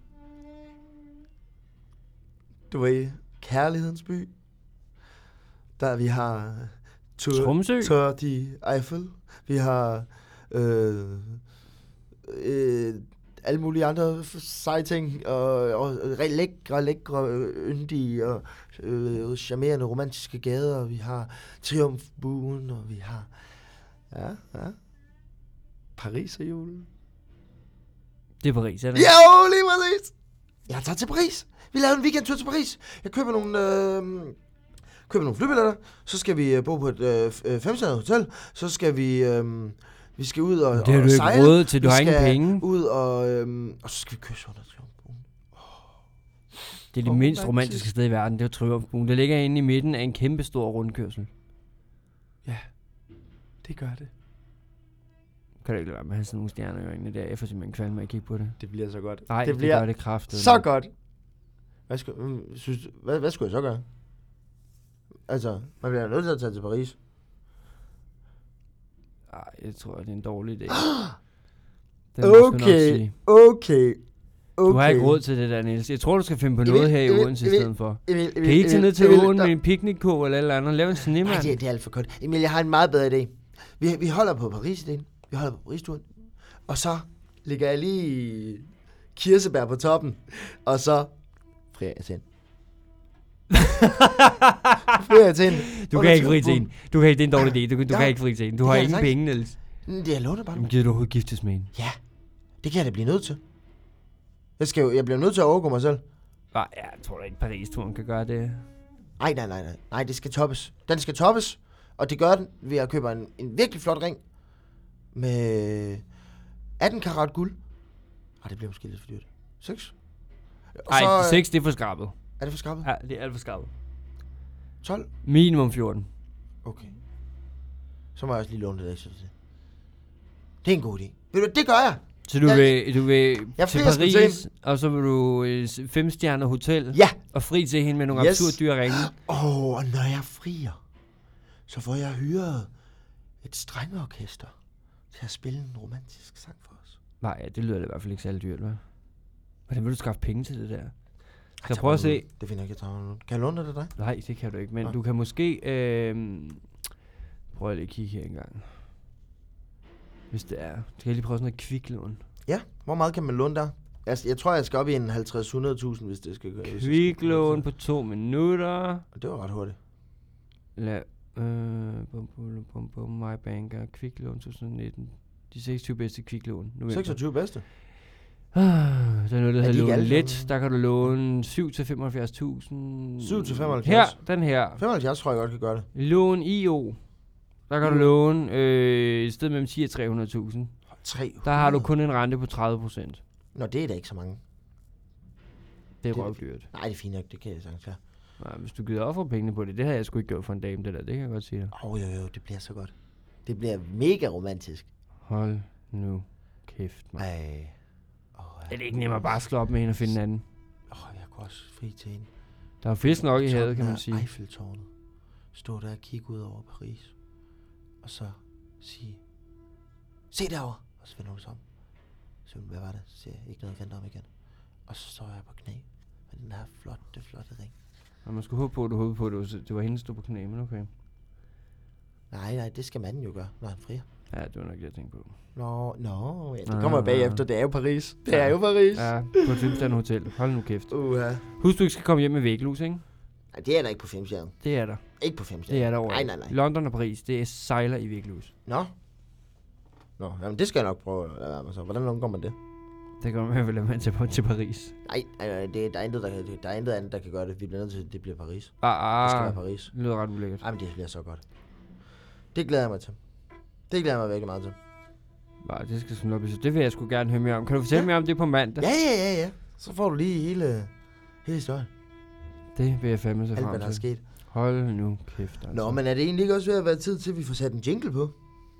Du er i kærlighedens by. Der vi har Tour, Tromsø? Tour de Eiffel. Vi har øh, øh, alle mulige andre f- seje ting. Og, og re- lækre, lækre, øh, yndige og øh, charmerende romantiske gader. Vi har Triumfbuen, og vi har ja, ja, Paris og julen. Det er Paris, er det? Jo, lige præcis. Jeg tager til Paris. Vi laver en weekendtur til Paris. Jeg køber nogle, øh, køber nogle flybilletter. Så skal vi øh, bo på et øh, femstjernet hotel. Så skal vi, øh, vi skal ud og, Det har og du ikke sejle. råd til, du Vi har ingen skal penge. ud og, øh, og så skal vi kysse under Triumfbuen. Det er det Åh, mindst romantisk. romantiske sted i verden, det er Triumfbuen. Det ligger inde i midten af en kæmpe stor rundkørsel. Det gør det. Kan du ikke lade være med at have sådan nogle stjerner i øjnene der? Jeg får simpelthen kvalme med at kigge på det. Det bliver så godt. Nej, det det, bliver gør det kraftigt. så godt. Hvad, skal, mm, synes, du- hvad, hvad skulle jeg så gøre? Altså, man bliver nødt til at tage til Paris. Nej, jeg tror, det er en dårlig idé. Det må jeg sgu nok Okay, sige. okay, okay. Du har ikke råd til det der, Niels. Jeg tror, du skal finde på Emil, noget her i Emil, Odense i Emil, stedet for. Emil, Emil, Kan I ikke tage Emil, ned til Emil, åen der- med en piknikkog eller et eller andet? Lave en snemand? Nej, det, er- det er alt for koldt. Emil, jeg har en meget bedre idé. Vi, vi holder på Paris-ideen. Vi holder på Paris-turen. Og så lægger jeg lige kirsebær på toppen, og så frier jeg til hende. frier jeg til hende. Du kan ikke fri til hende. Du kan ikke, det er en dårlig idé. Du, du Ja. kan ikke fri til hende. Du Det har kan ingen jeg penge, Niels. Det er lånet bare nu. Jamen, gider du overhovedet giftes med hende? Ja, det kan jeg da blive nødt til. Jeg, skal jo, jeg bliver nødt til at overgå mig selv. Nej, ja, jeg tror da ikke, Paris-turen kan gøre det. Nej, nej, nej, nej. Nej, det skal toppes. Den skal toppes, og det gør den ved at købe en, en virkelig flot ring med atten karat guld. Ej, det bliver måske lidt for dyrt. seks? Nej, seks det er for skrabet. Er det for skrabet? Ja, det er alt for skrabet. tolv? Minimum fjorten. Okay. Så må jeg også lige låne det ekstra til. Det er en god idé. Ved du, det gør jeg. Så du Jeg- vil, du vil Jeg til frier sgu til Paris, og så vil du øh, femstjernet hotel, Ja. og fri til hende med nogle Yes. absurd dyre ringe. Åh, oh, og når jeg frier, så får jeg hyret et strengeorkester til at spille en romantisk sang for os. Nej, ja, det lyder da i hvert fald ikke særlig dyrt, hva'? Hvordan vil du skaffe penge til det der? Skal jeg tager prøve at mig se? nu. Det finder jeg ikke, jeg tager mig nu. Kan jeg låne det til dig? Nej, det kan du ikke, men Nej. du kan måske... Øh, prøv at lige kigge her engang. Hvis det er. Så kan jeg lige prøve sådan noget kviklån. Ja, hvor meget kan man låne der? Altså, jeg tror, jeg skal op i en halvtreds til hundrede tusind, hvis det skal gøre. hvis jeg skal- Kviklån på to minutter. Og det var ret hurtigt. Lad... Øh, bum, bum, bum, bum, My Banker. Kviklån to tusind nitten. De seksogtyve bedste kviklån. November. seksogtyve bedste. Ah, der er noget, der Er de hedder ikke lån alle let. sammen? Der kan du låne syv til femoghalvfjerds tusind. syv til femoghalvfjerds? Her, den her. femoghalvfjerds tror jeg godt kan gøre det. Lån I O. Der kan du låne øh, et sted mellem ti og tre hundrede tusind. tre hundrede. Der har du kun en rente på tredive procent. Nå, det er da ikke så mange. Det er Det- røvdyrt. Nej, det er fint nok. Det kan jeg sagtens være. Nej, hvis du gider ofre pengene på det, det havde jeg sgu ikke gjort for en dame, det der. Det kan jeg godt sige dig. Åh, oh, jo, jo, det bliver så godt. Det bliver mega romantisk. Hold nu kæft, man. Ej. Åh, Er det ikke nemmere bare at slå op med hende og finde en anden? Åh, jeg kunne også fri til hende. Der er jo fisk nok i Toppen havet, kan man af sige. Eiffeltårnet. Stå der og kigge ud over Paris. Og så sige, se derovre. Og så vender hun sig om. Så hvad var det? Så siger jeg, ikke noget, venter om igen. Og så står jeg på knæ med den her flotte, flotte ring. Og man skulle håbe på, at du håbede på, at det var, det var hende, der stod på knæ, men okay. Nej, nej, det skal manden jo gøre, når han frier. Ja, det var nok det, jeg tænkte på. Nå, nå, ja, det Nå, kommer nå, bagefter. nå. Det er jo Paris. Det er jo Paris. Ja, på et femstjernet hotel. Hold nu kæft. Uha. Husk, du ikke skal komme hjem med væggelus, ikke? Nej, det er der ikke på femstjernet. Det er der. Ikke på femstjernet. Det er der over. Nej, nej, nej. London og Paris, det er sejler i væggelus. Nå. Nå, jamen det skal jeg nok prøve at lade være med så. Hvordan undgår man det? Det kan man vel lade man til, til Paris. Nej, nej, nej, det, der, er intet, der, kan- der er intet andet, der kan gøre det. Vi bliver nødt til, at det bliver Paris. Ah, Det skal ah. være Paris. Det lyder ret ulækkert. Ej, men det bliver så godt. Det glæder jeg mig til. Det glæder jeg mig virkelig meget til. Nej, det skal sådan op. Så det vil jeg sgu gerne høre mere om. Kan du fortælle Ja. mere om det på mandag? Ja, ja, ja, ja. Så får du lige hele, hele historien. Det vil jeg fandme se Alt, hvad frem der er til. sket. Hold nu kæft, altså. Nå, men er det egentlig ikke også ved at være tid til, at vi får sat en jingle på?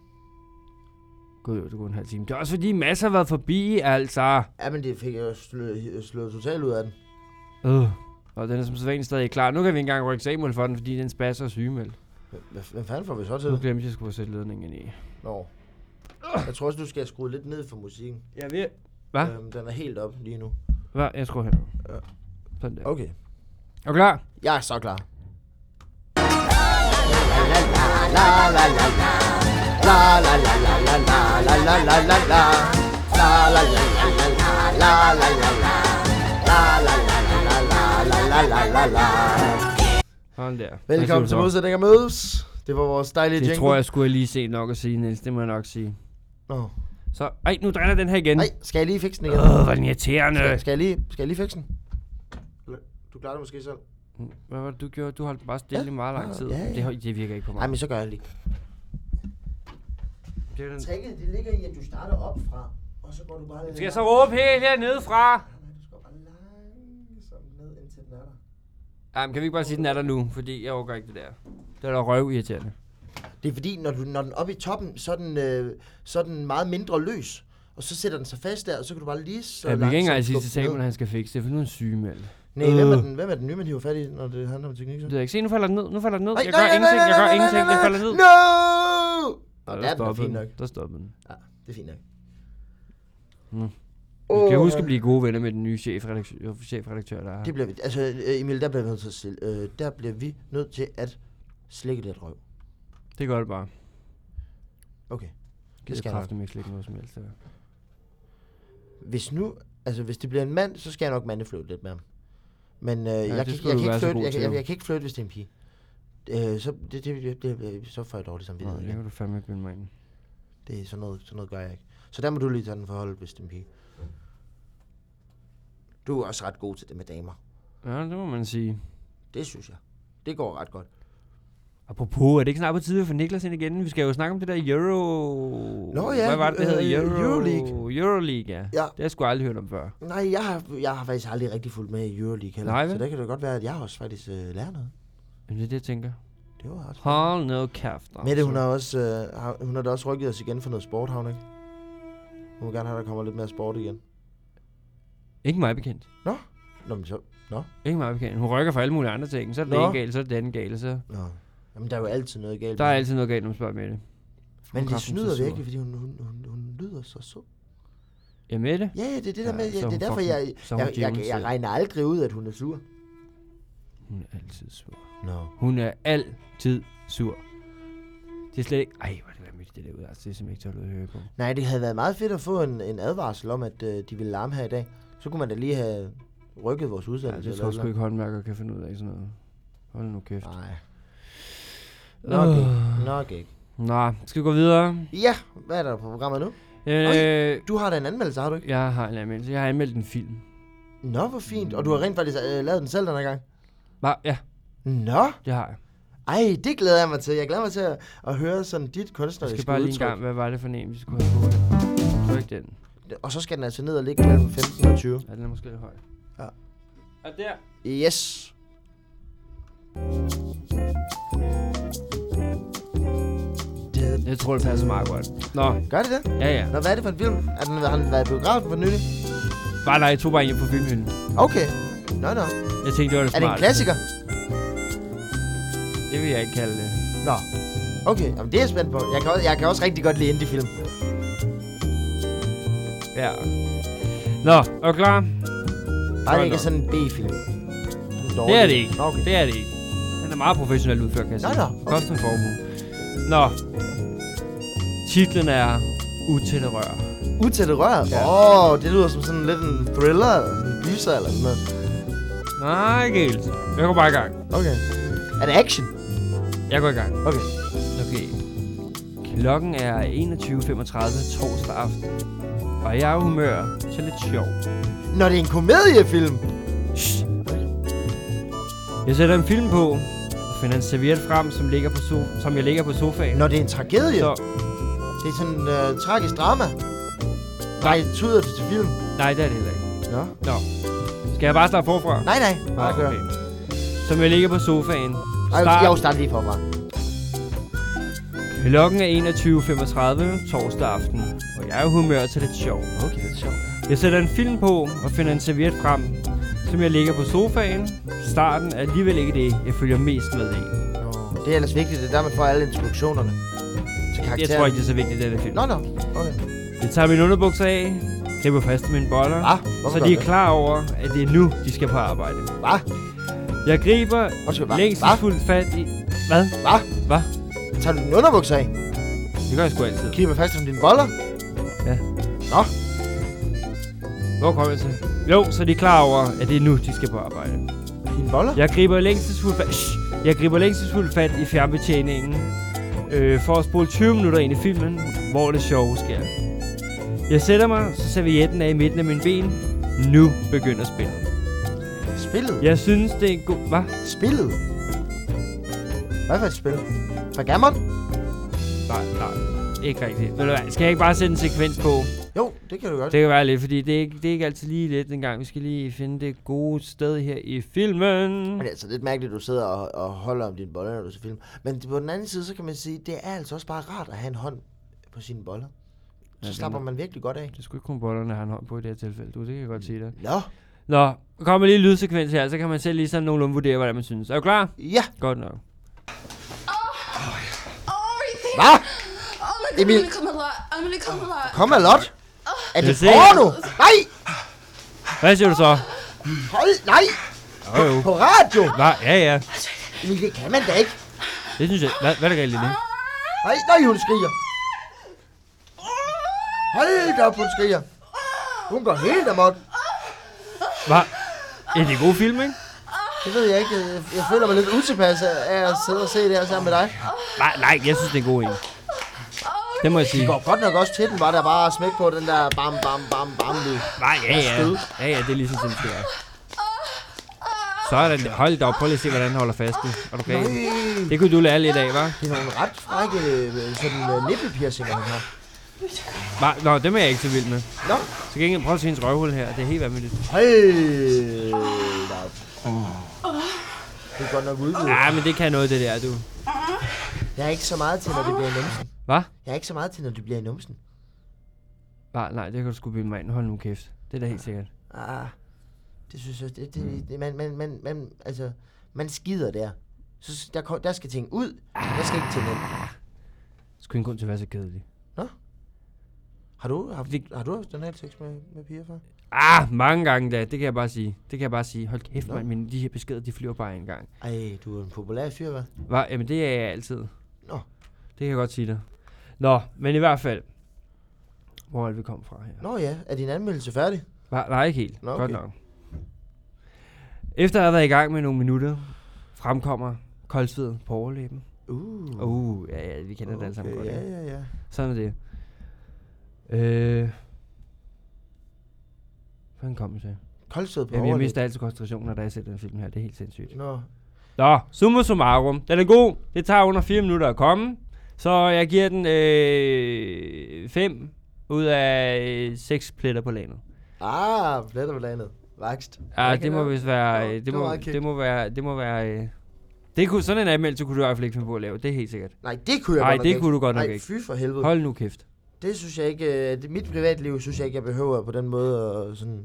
Gud, jo, det går en halv time. Det er også fordi masser har været forbi, altså. Ja, men det fik jeg jo slået, slået totalt ud af den. Øh. Og den er som sædvanligt stadig klar. Nu kan vi ikke engang rykke Samuel for den, fordi den spasser og sygemeldt. Hvad, hvad fanden får vi så Nu til? glemte jeg, at jeg skulle have sætte ledningen i. Nå. Jeg tror også, du skal have skruet lidt ned for musikken. Jeg ved. Hvad? Øhm, den er helt op lige nu. Hvad? Jeg skruer hen. Ja. Sådan der. Okay. Er du klar? Jeg er så klar. Sådan der. Velkommen til Modsætninger Mødes. Det var vores dejlige Det jingle. tror jeg skulle jeg lige se nok at sige, Niels. Det må jeg nok sige. Nå. Så, ej, nu dræner den her igen. Nej, skal jeg lige fikse den igen? Åh, hvor er den irriterende. Skal, skal, jeg lige, skal jeg lige fikse den? Eller, du klarer det måske selv. Hvad var det, du gjorde? Du holdt den bare stille Ja. i meget lang Ja, tid. ja, ja. Det, hold- det virker ikke på mig. Nej, men så gør jeg det lige. Det er den. Tricket, det ligger i, at du starter op fra, og så går du bare... Skal jeg så råbe helt hernede fra? Nej, du skal bare langsomt ned, indtil den er der. Ej, men kan vi ikke bare sige, at den er der nu? Fordi jeg overgår ikke det der. Det er da røvirriterende. Det er fordi, når, du, når den er oppe i toppen, så er, den, øh, så er den meget mindre løs. Og så sætter den sig fast der, og så kan du bare lige så Jeg vil ikke engang sige skubbe til den ned. Samuel, at han skal fikse det, for nu er han sygemeldt. Nej, hvem er Øh. den, hvem er den nye, man hiver fat i, når det handler om teknik? Så? Det ved jeg ikke. Se, nu falder den ned. Nu falder den ned. Nej, Jeg nej, gør nej, ingenting. nej, Jeg gør nej, ingenting. nej, Jeg nej, falder ned. No! Nå, Nå, der der er den da stoppede fint den. nok. Der stoppede den. Ja, det er fint nok. Mm. Vi skal huske at blive gode venner med den nye chefredaktør, chefredaktør der er her. Det bliver vi, altså øh, Emil, der bliver vi nødt til at, stille- øh, der bliver vi nødt til at slikke lidt røv. Det gør det bare. Okay. Det skal skal jeg kraftigt ikke slikke noget som helst. Der. hvis nu, altså hvis det bliver en mand, så skal jeg nok mandefløjte lidt med ham. Men øh, ja, jeg, kan, jeg, skulle kan du ikke være så flirte, god jeg, til, jeg, jo. jeg kan ikke flirte, hvis det er en pige. Øh, så, det, det, det, det, så får jeg dårligt Nej, samvittighed. det kan du fandme ikke bilde mig ind. Det er sådan noget, sådan noget gør jeg ikke. Så der må du lige tage den forhold, hvis det er en pige. Du er også ret god til det med damer. Ja, det må man sige. Det synes jeg. Det går ret godt. Apropos, er det ikke snart på tide for Niklas ind igen? Vi skal jo snakke om det der Euro... Nå ja, Hvad var det, det øh, hedder? Euro... Euroleague. Euroleague, ja. Ja. Det har jeg sgu aldrig hørt om før. Nej, jeg har, jeg har faktisk aldrig rigtig fulgt med i Euroleague heller. Nej, så vel? der kan det godt være, at jeg også faktisk øh, lærer noget. Jamen, det er det, jeg tænker. Det var ret. Hold no kæft. Mette, hun har også, øh, har, hun har da også rykket os igen for noget sport, har hun ikke? Hun vil gerne have, at der kommer lidt mere sport igen. Ikke mig bekendt. Nå, men så... Nå. Ikke mig bekendt. Hun rykker for alle mulige andre ting. Så er det Nå. det ene galt, så er det den galt, så... Nå. Jamen, der er jo altid noget galt. Der er med altid noget galt, når man spørger Mette. Men Hun det er snyder så sur. virkelig, fordi hun, hun, hun, hun lyder så sød. Ja, Mette? Ja, ja, det er det der Ja, med... så Ja, er det er hun derfor, jeg, fucking- så er hun jeg, jeg, jeg, djævelens jeg selv. regner aldrig ud, at hun er sur. Hun er altid sur. Nå. Hun er altid sur. Det er slet ikke... Ej, hvor er det vanvittigt, det derude. Altså, det er simpelthen ikke tålet at høre på. Nej, det havde været meget fedt at få en, en advarsel om, at øh, de ville larme her i dag. Så kunne man da lige have rykket vores Ja, udsendelse. det tror jeg sgu ikke håndværker kan finde ud af sådan noget. Hold nu kæft. Nej. Nok Øh. ikke. Nok ikke. Nå, skal vi gå videre? Ja, hvad er der på programmet nu? Øh, Du har da en anmeldelse, har du ikke? jeg har en anmeldelse. Jeg har anmeldt en film. Nå, hvor fint. Og du har rent faktisk øh, lavet den selv den her gang? Hva? Ja, Nå. det har jeg. Ej, det glæder jeg mig til. Jeg glæder mig til at, at høre sådan dit Jeg kunstneriske skal bare lige en udtryk. gang, hvad var det for en, vi skulle have på det? Det var ikke den. Og så skal den altså ned og ligge mellem femten og tyve. Ja, den er måske lidt høj. Ja. Og der. Yes. Det, Jeg tror, det passer meget godt. Nå, gør det det? ja ja. Nå, hvad er det for en film? Er den, har den været i biografen for nylig? Bare nej, jeg tog bare hjem på filmhylden. Okay. Nå, nå. Jeg tænkte, det var det Er det en smarte. klassiker? Det vil jeg ikke kalde det. Nå. Okay, jamen det er jeg spændt på. Jeg kan, også, jeg kan også rigtig godt lide indie-film. Ja. Nå, er du klar? Bare det ikke er nok. sådan en B-film. Det er det ikke. Nå, okay. Det er det ikke. Den er meget professionelt udført, kan jeg Nå, sige. nå, okay. Kost en formue. Nå. Titlen er Utætte rør. Utætte rør? Åh, Ja. oh, det lyder som sådan lidt en thriller, eller sådan en gyser eller sådan noget. Nej, ikke helt. Jeg går bare i gang. Okay. Er det action? Jeg går i gang. Okay. Okay. Klokken er enogtyve femogtredive torsdag aften. Og jeg er i humør til lidt sjov. Når det er en komediefilm. Shh. Jeg sætter en film på og finder en serviet frem, som, ligger på so- som jeg ligger på sofaen. Når det er en tragedie. Så, Det er sådan en uh, tragisk drama. Nej, tyder det til film. nej, det er det heller ikke. Nå. Nå. Skal jeg bare starte forfra? Nej, nej. Bare Ah, kør. okay. Som jeg ligger på sofaen. Ej, Start. jeg vil starte lige forfra. Klokken er enogtyve femogtredive torsdag aften, og jeg er i humør til lidt sjov. Okay, det er sjovt. Jeg sætter en film på og finder en serviet frem, som jeg ligger på sofaen. Starten er alligevel ikke det, jeg følger mest med i. Nå, det er ellers vigtigt. Det er der, man får alle introduktionerne til karakteren. Jeg tror ikke, det er så vigtigt, den her film. Nå, nå. Okay. Jeg tager mine underbukser af, griber fast i mine boller, Hva? Hvorfor så gør de du er det? klar over, at det er nu, de skal på arbejde. Hva? Jeg griber Undskyld, hva? længselsfuldt fat i... Hvad? Hva? Hvad? Tager du din underbukser af? Det gør jeg sgu altid. Griber fast om dine boller? Ja. Nå. Hvor kommer jeg til? Jo, så de er klar over, at det er nu, de skal på arbejde. Dine boller? Jeg griber længselsfuldt fat, Shh. jeg griber længselsfuldt fat i fjernbetjeningen øh, for at spole tyve minutter ind i filmen, hvor det sjove sker. Jeg sætter mig, så servietten er i midten af mine ben. Nu begynder spillet. Spillet? Jeg synes, det er en god... Hvad? Spillet? Hvad for et spil? Backgammon? Nej, nej. Ikke rigtigt. Ved du hvad, skal jeg ikke bare sætte en sekvens på? Jo, det kan du godt. Det kan være lidt, fordi det er ikke, det er ikke altid lige let engang. Vi skal lige finde det gode sted her i filmen. Men det er altså lidt mærkeligt, at du sidder og, og holder om dine boller, når du ser film. Men på den anden side, så kan man sige, det er altså også bare rart at have en hånd på sine boller. Så Ja, slapper det er- man virkelig godt af. Det skulle ikke kun bollerne have en hånd på i det her tilfælde. Du, det kan jeg godt sige dig. Nå, Nå, der kommer lige en lydsekvens her, så kan man selv lige sådan nogenlunde vurdere, hvordan man synes. Er du klar? ja. Godt nok. Oh, you think? Hvad? Oh my god, Emil. I'm gonna come a lot. I'm gonna come a lot. Kom, Alot. Er det Jeg ser- porno? Nej! Hvad siger du så? Hold, nej! Jo, jo. På radio! Hva? Ja, ja. Men det kan man da ikke. Det synes jeg. Hvad, hvad er der galt i det? Nej, nej, hun skriger. Hold da op, hun skriger. Hun går helt amok. Hvad? Ja, det er en god film, ikke? Det ved jeg ikke. Jeg, jeg føler mig lidt utilpas af at sidde og se det her sammen med dig. Nej, nej, jeg synes, det er en god en. Det må jeg sige. Det går godt nok også til den, var der bare at smække på den der bam, bam, bam, bam lyd. Nej, ja, ja. Ja, ja, det er ligesom sådan, det er. Så er der, hold da op, prøv lige at se, hvordan han holder fast nu. Er du gal? Det kunne du lære lidt af, hva'? Det er nogle ret frække sådan uh, nippelpiercinger, han har. Hva? Nå, dem er jeg ikke så vild med. Nå. Så gengæld prøv at se hendes røvhul her. Det er helt vanvittigt. Hold da op. Det er godt nok udvidet. Ja, men det kan noget, det der, du. Jeg er ikke så meget til, når det bliver i numsen. Hvad? Jeg er ikke så meget til, når det bliver i numsen. Nej, nej, det kan du sgu bilde mig ind. Hold nu kæft. Det er da helt sikkert. Ah, det synes jeg, det, det, det man, man, man, man, altså, man skider der. Så der, der skal ting ud, der skal ikke ting ind. Skulle en grund til at være så kedelig. Nå? Har du, har, har du haft den her sex med, med piger før? Ah, mange gange da. Det kan jeg bare sige. Det kan jeg bare sige. Hold kæft, Nå. man, men de her beskeder, de flyver bare en gang. Ej, du er en populær fyr, hva'? Hvad? Jamen, det er jeg altid. Nå. Det kan jeg godt sige dig. Nå, men i hvert fald. Hvor er vi kommet fra her? Nå ja, er din anmeldelse færdig? Nej, nej, ikke helt. Nå, Godt okay. nok. Efter at have været i gang med nogle minutter, fremkommer koldsved på overlæben. Uh. Uh, ja, ja, vi kender okay, det alle sammen godt. Ja, ikke? ja, ja. Sådan er det. Øh... Hvordan kom vi så? Koldsved på Jamen, jeg overlæben. mister altid koncentrationen, når der er set den film her. Det er helt sindssygt. Nå. Nå, summa summarum. Den er god. Det tager under fire minutter at komme. Så jeg giver den øh, fem ud af øh, seks pletter på landet. Ah, pletter på landet. Vakst. Ja, det må vist være... øh, det Det var må, meget kækt. det må være... Det må være... øh, Det kunne, sådan en anmeldelse kunne du i hvert fald ikke finde på at lave. Det er helt sikkert. Nej, det kunne jeg Nej, godt nok det ikke. kunne du godt nok Nej, ikke. fy for helvede. Hold nu kæft. Det synes jeg ikke... øh, Det, mit privatliv synes jeg ikke, jeg behøver på den måde at sådan...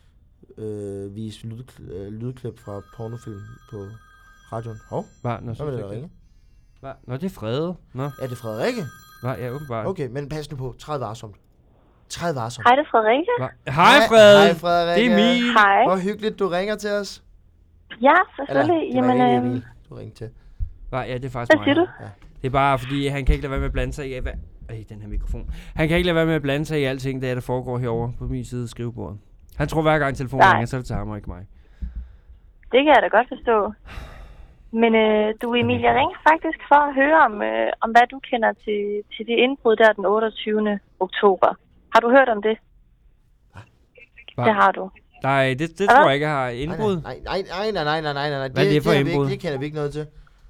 Øh, vise lyd, øh, lydklip fra pornofilm på radioen. Hov, Hva? Nå, hvad vil der ringe? Hva? Nå, det er Frede. Nå, Er det Frederikke? Hva? Ja, åbenbart. Okay, men pas nu på. Træd varsomt. Træd varsomt. Hej, det er Frederikke. Hva? Hej, Frede. Hej, Frederikke. Det er Emil. Hej. Hvor hyggeligt, du ringer til os. Ja, selvfølgelig. det var Jamen, ikke øh, Emil, du ringte til. Hva? Ja, det er faktisk hvad mig. siger du? Ja. Det er bare fordi, han kan ikke lade være med at blande sig i... Hvad? Ej, den her mikrofon. Han kan ikke lade være med at blande sig i alting, der, der foregår herovre på min side af skrivebordet. Han tror hver gang telefonen Nej. ringer, så er det til ham og ikke mig. Det kan jeg da godt forstå. Men øh, du Emil, jeg ringer faktisk for at høre om, øh, om hvad du kender til, til det indbrud der den otteogtyvende oktober. Har du hørt om det? Hva? Det har du. Nej, det, det Hvad? tror jeg ikke, jeg har indbrud. Nej, nej, nej, nej, nej, nej, nej, nej, nej. Hvad er det for har vi indbrud? ikke, det kender vi ikke noget til.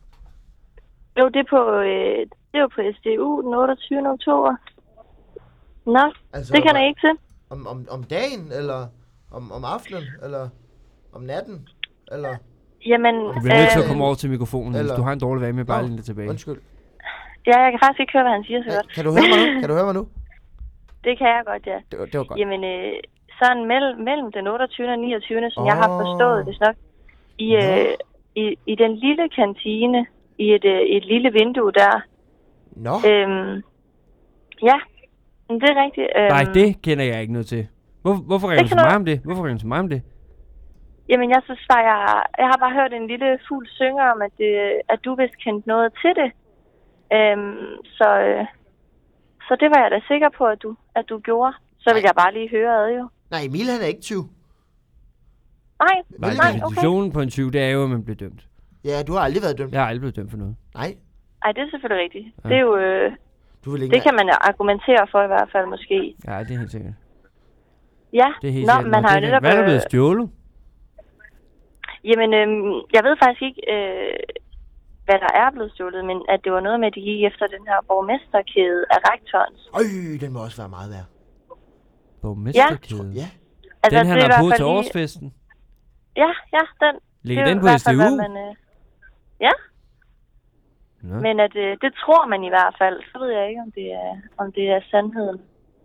Jo, det er på, øh, det er på S D U den otteogtyvende oktober. Nå, Altså, det kender jeg ikke til. Om, om, om dagen, eller om, om aftenen, eller om natten, eller... Jamen, Du bliver nødt til at øh, komme over til mikrofonen, hvis Eller- du har en dårlig vane med bare Nå, lige lidt tilbage. Undskyld. ja, jeg kan faktisk ikke høre, hvad han siger så Ja, godt. kan du høre mig nu? Kan du høre mig nu? Det kan jeg godt, ja. Det var, det var godt. Jamen, øh, sådan mellem, mellem den otteogtyvende og niogtyvende, som oh. jeg har Åh. forstået det nok, i, øh, i, i den lille kantine, i et, øh, et lille vindue der. Nå, Øhm, ja, men det er rigtigt. Øhm, Nej, det kender jeg ikke noget til. Hvor, hvorfor ringer Det du til kan mig du- om det? Hvorfor ringer du til mig om det? Jamen, jeg synes bare, jeg, jeg har bare hørt en lille fugl synge om, at, det, at du vist kendte noget til det. Øhm, så, øh, så det var jeg da sikker på, at du, at du gjorde. Så vil jeg bare lige høre ad, jo. nej, Emil han er ikke tyv. Nej, Nej, nej, okay. definitionen på en tyv, det er jo, at man bliver dømt. Ja, du har aldrig været dømt. Jeg har aldrig blevet dømt for noget. Nej, Ej, det er selvfølgelig rigtigt. Ja. Det er jo... Øh, du vil ikke det kan man jo argumentere for i hvert fald, måske. Ja, det er helt sikkert. Ja, Det er helt Nå, sikkert. man Nå, har det jo er- netop... Hvad er der øh, blevet stjålet? Jamen, øhm, jeg ved faktisk ikke, øh, hvad der er blevet stjålet, men at det var noget med, at de gik efter den her borgmesterkæde af rektorens. Øj, den må også være meget værd. Borgmesterkæde. Ja, Altså, Den han det er i har hvert på fald til lige- årsfesten. Ja, ja, den. Ligger det er den i på hvert fald, S D U? hvad Man, øh, ja, Nå. men at, øh, det tror man i hvert fald. Så ved jeg ikke, om det er, om det er sandheden.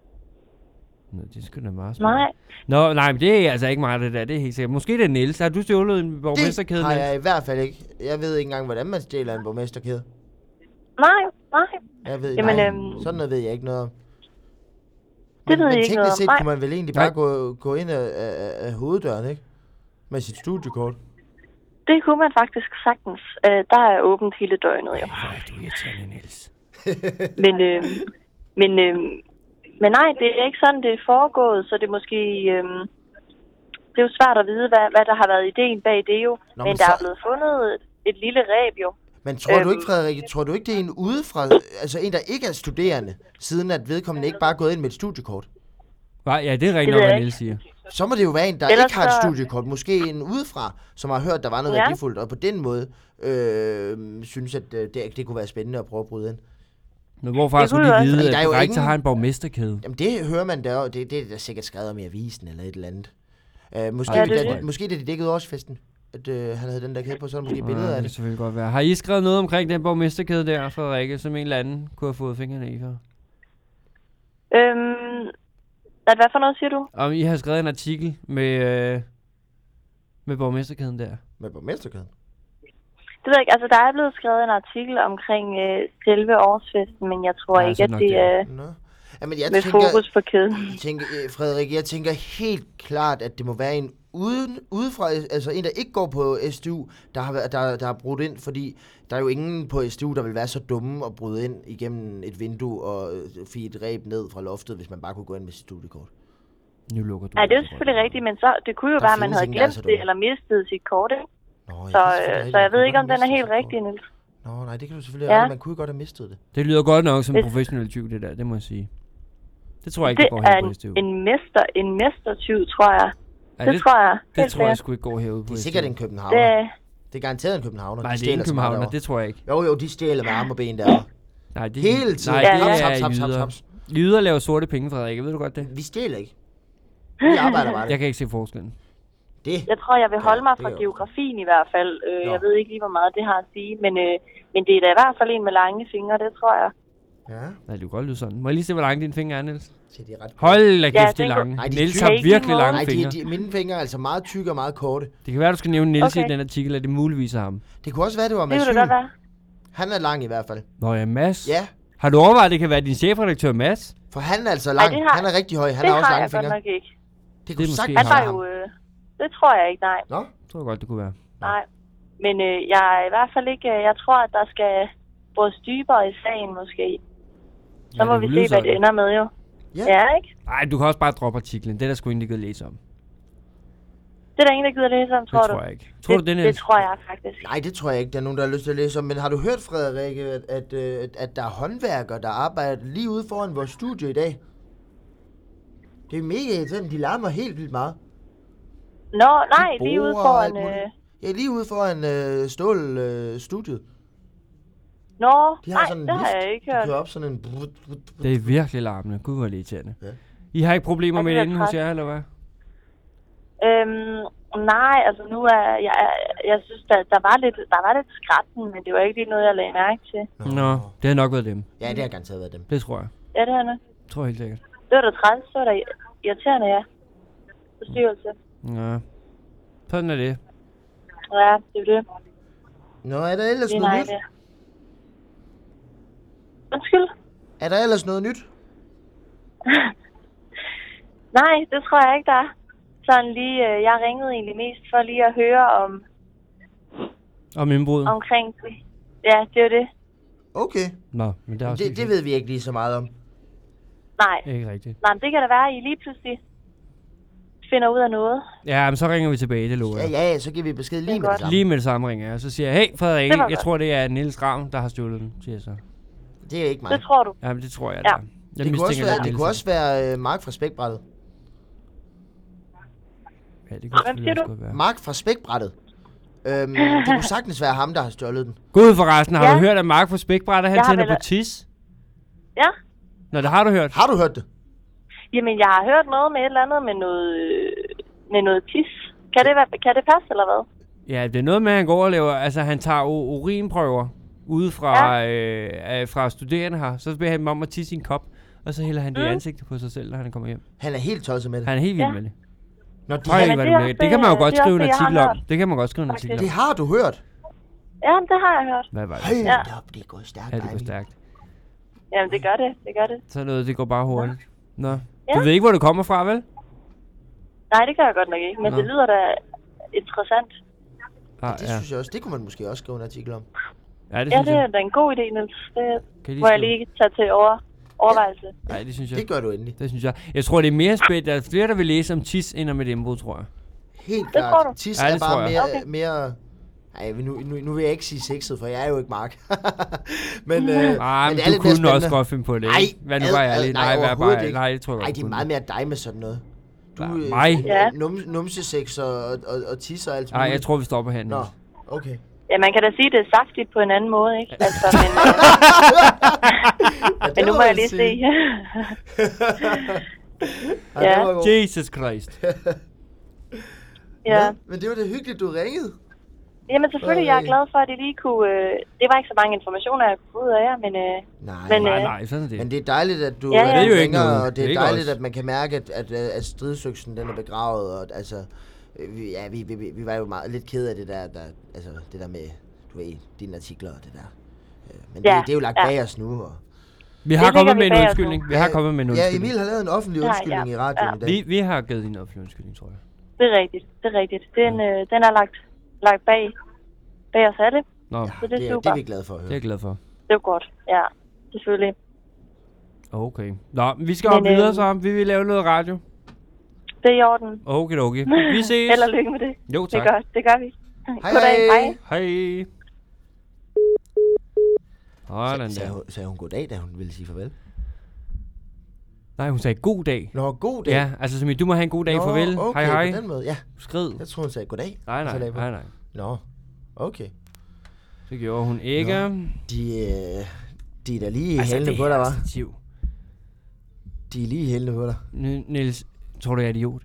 Nå, det skulle da meget smart. Nej. Nå, nej, men det er altså ikke meget det der, det er helt sikkert. Måske det er Niels. Har du stjålet en borgmesterkæde, det har Niels? jeg i hvert fald ikke. Jeg ved ikke engang, hvordan man stjæler en borgmesterkæde. Nej, nej. Jeg ved Jamen, nej, øhm, sådan noget ved jeg ikke noget om. Det ved men jeg ikke noget teknisk om. set Nej. kunne man vel egentlig Nej. bare gå, gå ind af, af, af hoveddøren, ikke? Med sit studiekort. Det kunne man faktisk sagtens. Øh, der er åbent hele døgnet, jo. Hvor er du irriterende, Niels. Men, øh, men øh, men nej, det er ikke sådan, det er foregået, så det er måske... Øhm, det er jo svært at vide, hvad, hvad der har været ideen bag det jo. Nå, men men der så- er blevet fundet et, et lille ræb jo. Men tror du Øhm. ikke, Frederikke, tror du ikke, det er en udefra, altså en, der ikke er studerende, siden at vedkommende ikke bare er gået ind med et studiekort? Nej, ja, det er rigtigt Det nok, ved hvad jeg Niels siger. Så må det jo være en, der Ellers ikke har et så- studiekort. Måske en udefra, som har hørt, der var noget Ja. værdifuldt, og på den måde øh, synes, at øh, det, det kunne være spændende at prøve at bryde ind. Men hvorfor Det skulle kunne de jo vide, også- Der er at jo rektor ingen- har en borgmesterkæde? Jamen det hører man der, og det, det er der sikkert skrevet om i avisen eller et eller andet. Øh, måske, Ja, ja, det er det, det. måske det de dækkede årsfesten, at øh, han havde den der kæde på, så er der måske Ja, billeder det af kan det. selvfølgelig godt være. Har I skrevet noget omkring den borgmesterkæde der, Frederikke, som en eller anden kunne have fået fingrene i for? Øhm, at, hvad for noget siger du? Om I har skrevet en artikel med, øh, med borgmesterkæden der? Med borgmesterkæden. Det ved jeg ikke. Altså, der er blevet skrevet en artikel omkring øh, selve årsfesten, men jeg tror Ja, ikke, så at nok det det. er Nå. Jamen, jeg med tænker, fokus på kæden. jeg tænker, øh, Frederik, jeg tænker helt klart, at det må være en uden, udefra, altså en, der ikke går på S D U, der har, været- der, der har brudt ind, fordi der er jo ingen på S D U, der vil være så dumme at bryde ind igennem et vindue og øh, fige et ræb ned fra loftet, hvis man bare kunne gå ind med sit studiekort. Nu lukker du. Ja, det er jo selvfølgelig rigtigt, men så, det kunne jo Der være, at man findes havde ingen, der er glemt så det dumme. eller mistet sit kort, ikke? Nå, ja, Så, det er selvfølgelig øh, rigtigt. så jeg Man ved kunne ikke, om godt den er have helt mistet sit rigtig, kort. Niels. Nå, nej, det kan du selvfølgelig Ja. ja. Man kunne jo godt have mistet det. Det lyder godt nok som en Hvis- professionel tyv, det der, det må jeg sige. Det tror jeg ikke, Det det går er her på en, S D U. en mester, en mestertyv, tror jeg. Ja, Det, det, tror jeg. det helt tror jeg sikkert. sgu ikke går herude på Det er S D U. sikkert en københavner. Det, Det er garanteret en københavner. Nej, De det er stjæler ikke så meget københavner, derovre. det tror jeg ikke. Jo, jo, de stjæler med arme og ben derovre. Nej, det, Hele tiden. Nej, Ja, det ja. er Haps, haps, haps, jyder. haps. Jyder laver sorte penge, Frederik. Ved du godt det? Vi stjæler ikke. Vi arbejder bare det. Jeg kan ikke se forskellen. Det. jeg tror, jeg vil holde mig det fra er jo- geografien i hvert fald. Øh, Nå. jeg ved ikke lige, hvor meget det har at sige, men, øh, men det er da i hvert fald en med lange fingre, det tror jeg. Ja, Nej, det kunne godt lyde sådan. Må jeg lige se, hvor lange dine fingre er, Niels? så de er ret. Hold da Ja, kæft, de er den går- lange. Nej, de er Niels tykke. har Ikke virkelig måde. lange Nej, de, fingre. de, mine fingre er altså meget tykke og meget korte. Det kan være, du skal nævne Niels i Okay. den artikel, at det muligvis er ham. Det kunne også være, det var Det Mads kunne det godt Hyl. være. Han er lang i hvert fald. Nå ja, Mads. Ja, Har du overvejet, at det kan være din chefredaktør, Mads? for han er altså Ej, lang. det har- Han er rigtig høj. Han Det har også har lange jeg godt fingre. nok ikke. Det Det kunne er måske sagtens Han ham. var være jo... ham. Øh, det tror jeg ikke, nej. Nå, Jeg tror godt, det kunne være. Nej. Men øh, jeg er i hvert fald ikke... øh, Jeg tror, at der skal bruges dybere i sagen, måske. Så Ja, må det vi kunne se, lyde hvad det sådan. ender med, jo. Ja. Ja, ikke? Nej, du kan også bare droppe artiklen. Det er der sgu ingen, der gider læse om. Det er der ingen, der gider læse om, tror Det du? tror jeg ikke. Tror du det, det, Niels? det tror jeg faktisk. nej, det tror jeg ikke, der er nogen, der har lyst til at læse om. Men har du hørt, Frederikke, at, at, øh, at, at der er håndværkere, der arbejder lige ude foran vores studie i dag? Det er mega irriterende. De larmer helt vildt meget. Nå, nej, De lige ude borer og foran... alt muligt. Øh... Ja, lige ude foran øh, stål øh, studiet. Nå, De har nej, sådan en det har lift. jeg ikke De hørt. kører op sådan en... Brut, brut, brut. Det er virkelig larmende. Gud, hvor er det irriterende. Ja. I har ikke problemer Ja, med det er det inde hos træt. jer, eller hvad? Øhm, nej, altså nu er jeg, jeg synes, der, der, var lidt, der var lidt skratten, men det var ikke lige noget, jeg lagde mærke til. Nå, det har nok været dem. Ja, det har garanteret været dem. Det tror jeg. Ja, det er det. Det tror jeg helt sikkert. Det var da træls, det var da irriterende, ja. Forstyrrelse. Ja. Sådan er det. Ja, det er det. Nå, er der ellers Det er noget nej, nyt? det. Undskyld? Er der ellers noget nyt? Nej, det tror jeg ikke, der er. Sådan lige, øh, jeg ringede egentlig mest for lige at høre om, Om indbrud. omkring det. Ja, det er det. Okay. Nå, men det er også Det, det ved vi ikke lige så meget om. Nej, Det er ikke rigtigt. nej, men det kan da være, at I lige pludselig finder ud af noget. Ja, men så ringer vi tilbage, det lover Ja, jeg. ja, ja, så giver vi besked lige Det er med det godt. samme. Lige med det samme ringer jeg, og så siger jeg, hey Frederik, Det var jeg godt. tror det er Niels Ravn, der har stjålet den, siger jeg så. Det er ikke mig. Det tror du. Ja, men det tror jeg, Ja. det er. Jeg Det kunne også mistænker, være, er det kunne også være øh, Mark fra Spækbrættet. Ja, det kunne Hvem selvfølgelig siger også du? godt være. Mark fra Spækbrættet. Øhm, det kunne sagtens være ham, der har stjålet den. Gud forresten, har Ja. du hørt, at Mark på Spækbrættet, han Jeg har tænder vel- på tis? Ja. Nå, det har du hørt. Har du hørt det? Jamen, jeg har hørt noget med et eller andet med noget, øh, med noget tis. Kan det, være, kan det passe, eller hvad? Ja, det er noget med, at han går og laver, altså han tager u- urinprøver ude fra, ja. øh, øh, fra studerende her. Så beder han dem om at tisse i en kop, og så hælder han det i Mm. ansigtet på sig selv, når han kommer hjem. Han er helt tosset med det. Han er helt vild Ja. med det. Nå, de Høj, har, Jamen, hvad det det, er det, også det kan man jo det- godt det er skrive også en det, jeg har artikel om. hørt. Det kan man godt skrive en Faktisk. artikel om. det har du hørt. Ja, det har jeg hørt. Hvad var det? Hold Ja. da op, det er gået stærkt. Ja, det går drenge. stærkt. Jamen, det gør det. Det gør det. Sådan noget, det går bare hurtigt. Nå. Ja. Du ved ikke, hvor det kommer fra, vel? Nej, det gør jeg godt nok ikke. Men Nå. det lyder da interessant. Ah, Det ja. synes jeg også, det kunne man måske også skrive en artikel om. Ja, det Ja, synes det er jeg. da en god idé, Niels. Det Kan I lige må jeg skrive? lige tage til over. overvejelse. Nej, det synes jeg. Det gør du endelig. Det synes jeg. Jeg tror, det er mere spændende. Der er flere, der vil læse om tis, end om et indbrud, tror jeg. Helt Det tror klart. du? Tis Ja, er det tror bare jeg. mere... Okay. mere ej, nu, nu, nu vil jeg ikke sige sexet, for jeg er jo ikke Mark. men, øh, Nej, men, det er du lidt mere kunne spændende. også godt finde på det. Nej, ikke? Hvad nu ad- var ad- jeg lige? nej, Nej, hvad overhovedet bare, ikke. nej, det tror jeg Ej, godt det er kunne. meget mere dig med sådan noget. Du, Nej, øh, mig? Ja. Num, numsesex og, og, og tisser og alt Nej, muligt. jeg tror, vi stopper her. Nå, Niels. okay. Ja, man kan da sige, at det er saftigt på en anden måde, ikke? Altså, men, øh, Ja, men nu må jeg lige se. Ej, Ja. det var god. Jesus Christ. Ja. Men, men det var da hyggeligt, du ringede. Jamen selvfølgelig, jeg er glad for, at I lige kunne... Øh, det var ikke så mange informationer, jeg kunne få ud af jer, men... Øh, Nej, Men, Nej, øh, nej, sådan er det. men det er dejligt, at du, Ja, ja. at Det er du jo ikke ringer, noget. og det Det er er ikke dejligt, os. at man kan mærke, at, at, at stridsøksen den er begravet, og at, altså, øh, vi, ja, vi, vi, vi, vi var jo meget lidt kede af det der, der, altså det der med, du ved, dine artikler og det der. Øh, Men Ja, det, det er jo lagt ja. bag os nu. Og, Vi har Det kommet ligger med vi en bag os undskyldning. nu. Vi har kommet med en ja, undskyldning. Emil har lavet en offentlig Ja, undskyldning ja, i radioen ja. i dag. Vi, vi har givet en offentlig undskyldning, tror jeg. det er rigtigt, det er rigtigt. Den, øh, den er lagt, lagt bag, bag os alle, Nå, så det er det, er, det super. er vi glade for at det er høre. jeg glad for. Det er godt, ja, selvfølgelig. Okay. Nå, vi skal Men, op videre øhm, så. Vi vil lave noget radio. Det er i orden. Okay, okay. Vi ses. Held og lykke med det. Jo, Det tak. gør, det gør vi. Hej, Goddag, hej. hej. Hej. Sådan Sagde der. hun, sagde hun goddag, da hun ville sige farvel? Nej, hun sagde god dag. Nå, god dag. Ja, altså som i, du må have en god dag. Nå, Farvel. okay, Hej, hej. på den måde, ja. Skrid. Jeg tror hun sagde goddag. Nej, og så nej, lagde på. nej, nej. Nå, okay. Det gjorde hun ikke. De, øh, de er da lige Altså, hælende det på er dig, hva'? sensitiv. De er lige hælende på dig. N- Niels, tror du, jeg er idiot?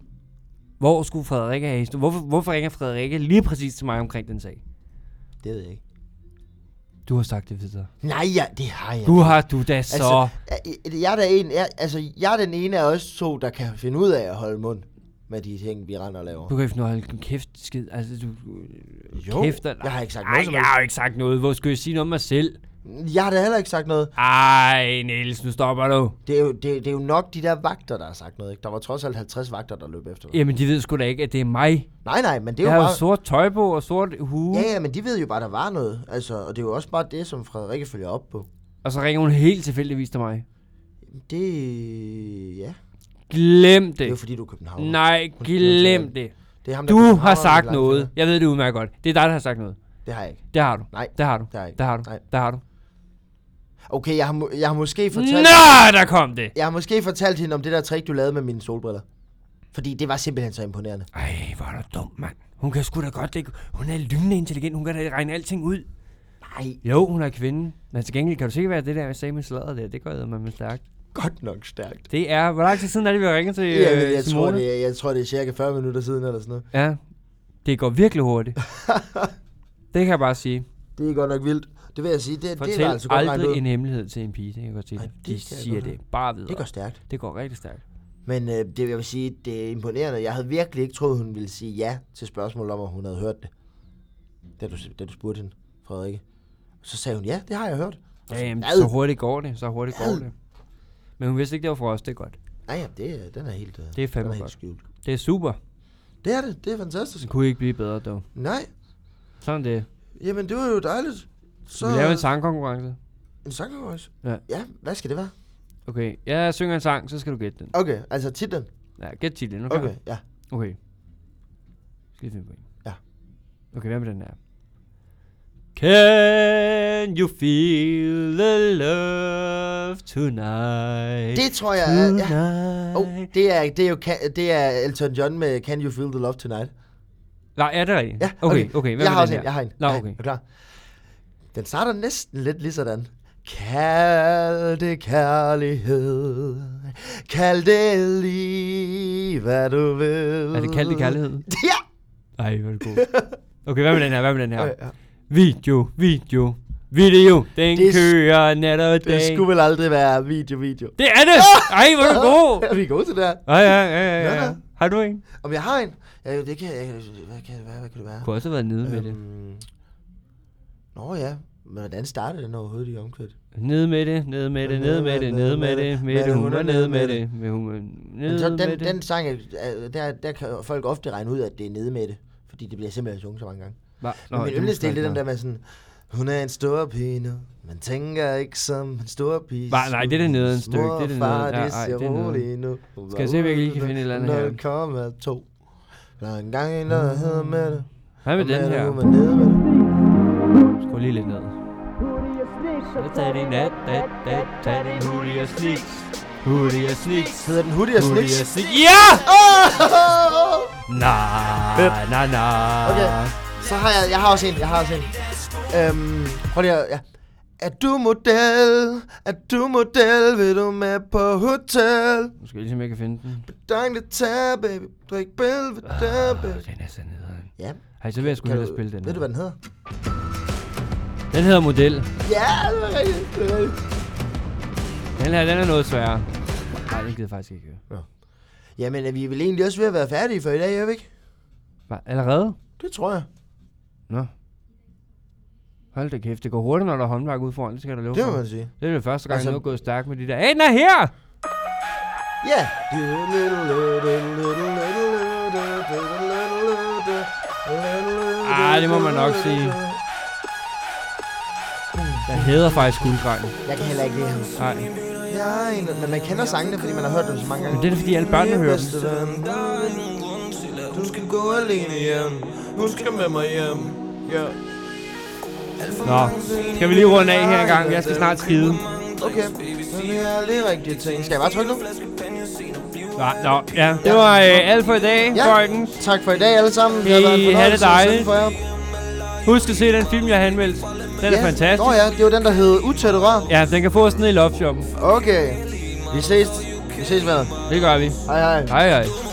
Hvor skulle Frederikke have historie? Hvorfor, hvorfor ringer Frederikke lige præcis til mig omkring den sag? Det ved jeg ikke. Du har sagt det videre. Nej, ja, det har jeg. Du har du da så... Altså, jeg, jeg er da en, jeg, altså, jeg er den ene af os to, der kan finde ud af at holde mund med de ting, vi render og laver. Du kan ikke finde noget holde kæft skid. Altså, du... Jo, kæfter, jeg har ikke sagt Ej, noget som jeg helst. har jo ikke sagt noget. Hvor skulle jeg sige noget om mig selv? Jeg har da heller ikke sagt noget. Ej, Niels, nu stopper du. Det er, jo, det, det er jo nok de der vagter, der har sagt noget, ikke? Der var trods alt halvtreds vagter, der løb efter dig. Jamen, de ved sgu da ikke, at det er mig. Nej, nej, men det er Jeg jo har jo bare... sort tøj på og sort hue. Ja, ja, men de ved jo bare, der var noget. Altså, og det er jo også bare det, som Frederikke følger op på. Og så ringer hun helt tilfældigvis til mig. Det... Ja. Glem Det er jo det. fordi, du er København. Nej, glem det. Det er ham, der Du er har københavner, sagt der er noget. langt Jeg ved det udmærket godt. Det er dig, der har sagt noget. fra. Det har jeg ikke. Det har du. Nej, Det har du. det har jeg ikke. Det har du. Nej. Det har du. Okay, jeg har, må- jeg har måske fortalt... Nå, der kom det. Jeg har måske fortalt hende om det der trick, du lavede med mine solbriller. Fordi det var simpelthen så imponerende. Ej, hvor er du dum, mand. Hun kan sgu da godt lægge... Hun er lynende intelligent. Hun kan da regne alting ud. Nej, Jo, hun er kvinde. Men til gengæld kan du se, hvad det der, jeg sagde med sladder der, det gør man med stærkt. godt nok stærkt. Det er... Hvor lang tid siden er det, vi har ringet til Ja, øh, jeg, tror, Simone? det er, jeg tror, det er cirka fyrre minutter siden eller sådan noget. Ja. Det går virkelig hurtigt. Det kan jeg bare sige. Det er godt nok vildt. Det vil jeg sige, det, det er Fortæl der altså godt regnet aldrig ud. en hemmelighed til en pige. Det kan jeg godt sige. Ej, dig. det De kan jeg siger godt det høre. bare videre. Det går stærkt. Det går rigtig stærkt. Men øh, det jeg vil sige, det er imponerende. Jeg havde virkelig ikke troet, hun ville sige ja til spørgsmålet om, om hun havde hørt det. Da du, da du spurgte hende, Frederikke. Så sagde hun, ja, det har jeg hørt. Og Ja, jamen, ad. så hurtigt går det. Så hurtigt går Ad. det. Men hun vidste ikke, det var for os. Det er godt. Nej, ja, det, er- den er helt, øh, Det er fandme den er helt godt. skjult. Det er super. Det er det. Det er fantastisk. Det kunne ikke blive bedre, dog. Nej, Sådan det. jamen det var jo dejligt. Så... Vi laver en sangkonkurrence. En sangkonkurrence? Ja. Ja, hvad skal det være? Okay, jeg synger en sang, så skal du gætte den. Okay, altså titlen. Ja, gæt titlen, okay? Okay, ja. Okay. Skal vi finde på en? Ja. Okay, hvad med den her? Can you feel the love tonight? Det tror jeg er... Ja. Tonight. Oh, det er, det, er jo, Ca- det er Elton John med Can You Feel the Love Tonight. Nej, er det rigtigt? Ja, Okay, okay, hvad jeg med har også den en, her? jeg har en. Nå, Ja, okay. Er du klar? Den starter næsten lidt lige sådan. Kald det kærlighed. Kald det lige, hvad du vil. Er det kaldt i kærlighed? Ja! Ej, hvor er det god. Okay, hvad med den her? Hvad med den her? Okay, ja. Video, video, video. Den Det s- kører nat og dag. Det skulle vel aldrig være video, video. Det er det! Ej, hvor er du god! Er vi gode til det her? Ja, ja, ja, ja, Ja. ja. Har du en? Om jeg har en? Ja, det kan jeg... Hvad kan det være? Hvad kan det være? Du kunne også have været nede med det. Øhm, Nå ja, men hvordan startede den overhovedet i omkvædet? Nede med det, nede med det, nede med det, nede med det, med det, hun er nede med det, med hun er Men så nede den, med den det. sang, er- der, der kan folk ofte regne ud, at det er nede med det. Fordi det bliver simpelthen sunget så mange gange. Hva? Men min det yndlingsdel, er det er den der med sådan... Hun er en stor pige nu. Man tænker ikke som en stor pige. Nej, nej, det er det nederen stykke. Det er det Mor og nederen. far, Ja, det ej, siger det er nederen. roligt nu. Skal jeg se, om jeg lige kan finde et eller andet her? nul komma to. Der er engang en, der hedder Mette. Hvad med den Mette, her? hun var nede med det. Skru lige lidt ned. Så tag din nat, nat, nat, tag din hoodie og sneaks. Hoodie og sneaks. Hedder den Hoodie og Hoodie og Snicks? sneaks. Ja! Oh! Nej, nej, nej. Okay, så har jeg, jeg har også en, jeg har også en. Øhm, prøv lige at, ja. Er du model? Er du model? Vil du med på hotel? Nu skal jeg lige se, om jeg kan finde den. Bedang det tag, baby. Drik Belvedere, baby. Den er så nederen. Ja. Hej, så vil jeg sgu Kan hellere du- spille den Ved du, her. hvad den hedder? Den hedder Model. Ja, det var rigtigt. Det var rigtigt. Den her, den er noget sværere. Nej, den gider jeg faktisk ikke høre. Jamen, er vi vel egentlig også ved at være færdige for i dag, er vi ikke? Hva, allerede? Det tror jeg. Nå. Hold da kæft, det går hurtigt, når der er håndværk ude foran. Det skal jeg da love Det må for. man sige. Det er det første gang, Altså- altså, noget er gået stærkt med de der. Hey, den er her! Ja. Ah, det må man nok sige. Jeg hader faktisk Guldgrangen. Jeg kan heller ikke lide ham. Nej, Ja, en, men man kender sangene, fordi man har hørt dem så mange gange. men det er da fordi alle børnene hører dem. Bedste ven, der er ingen grund til, at du skal gå alene hjem. Hun skal med mig hjem. Ja. Nå, skal vi lige runde af her en gang? Jeg skal snart skide. Okay, men det er lige rigtige ting. Skal jeg bare trykke nu? Nå, nå ja. Det var øh, alt for i dag, Ja. folkens. Tak for i dag alle sammen. I har været en have det fornøjelse at sende dejligt. for jer. Husk at se den film, jeg har anmeldt. Den er fantastisk. Nå ja, det var den, der hed Utætte Rør. Ja, den kan fås ned i Love Shop. Okay. Vi ses. Vi ses, venner. Det gør vi. Hej hej. Hej hej.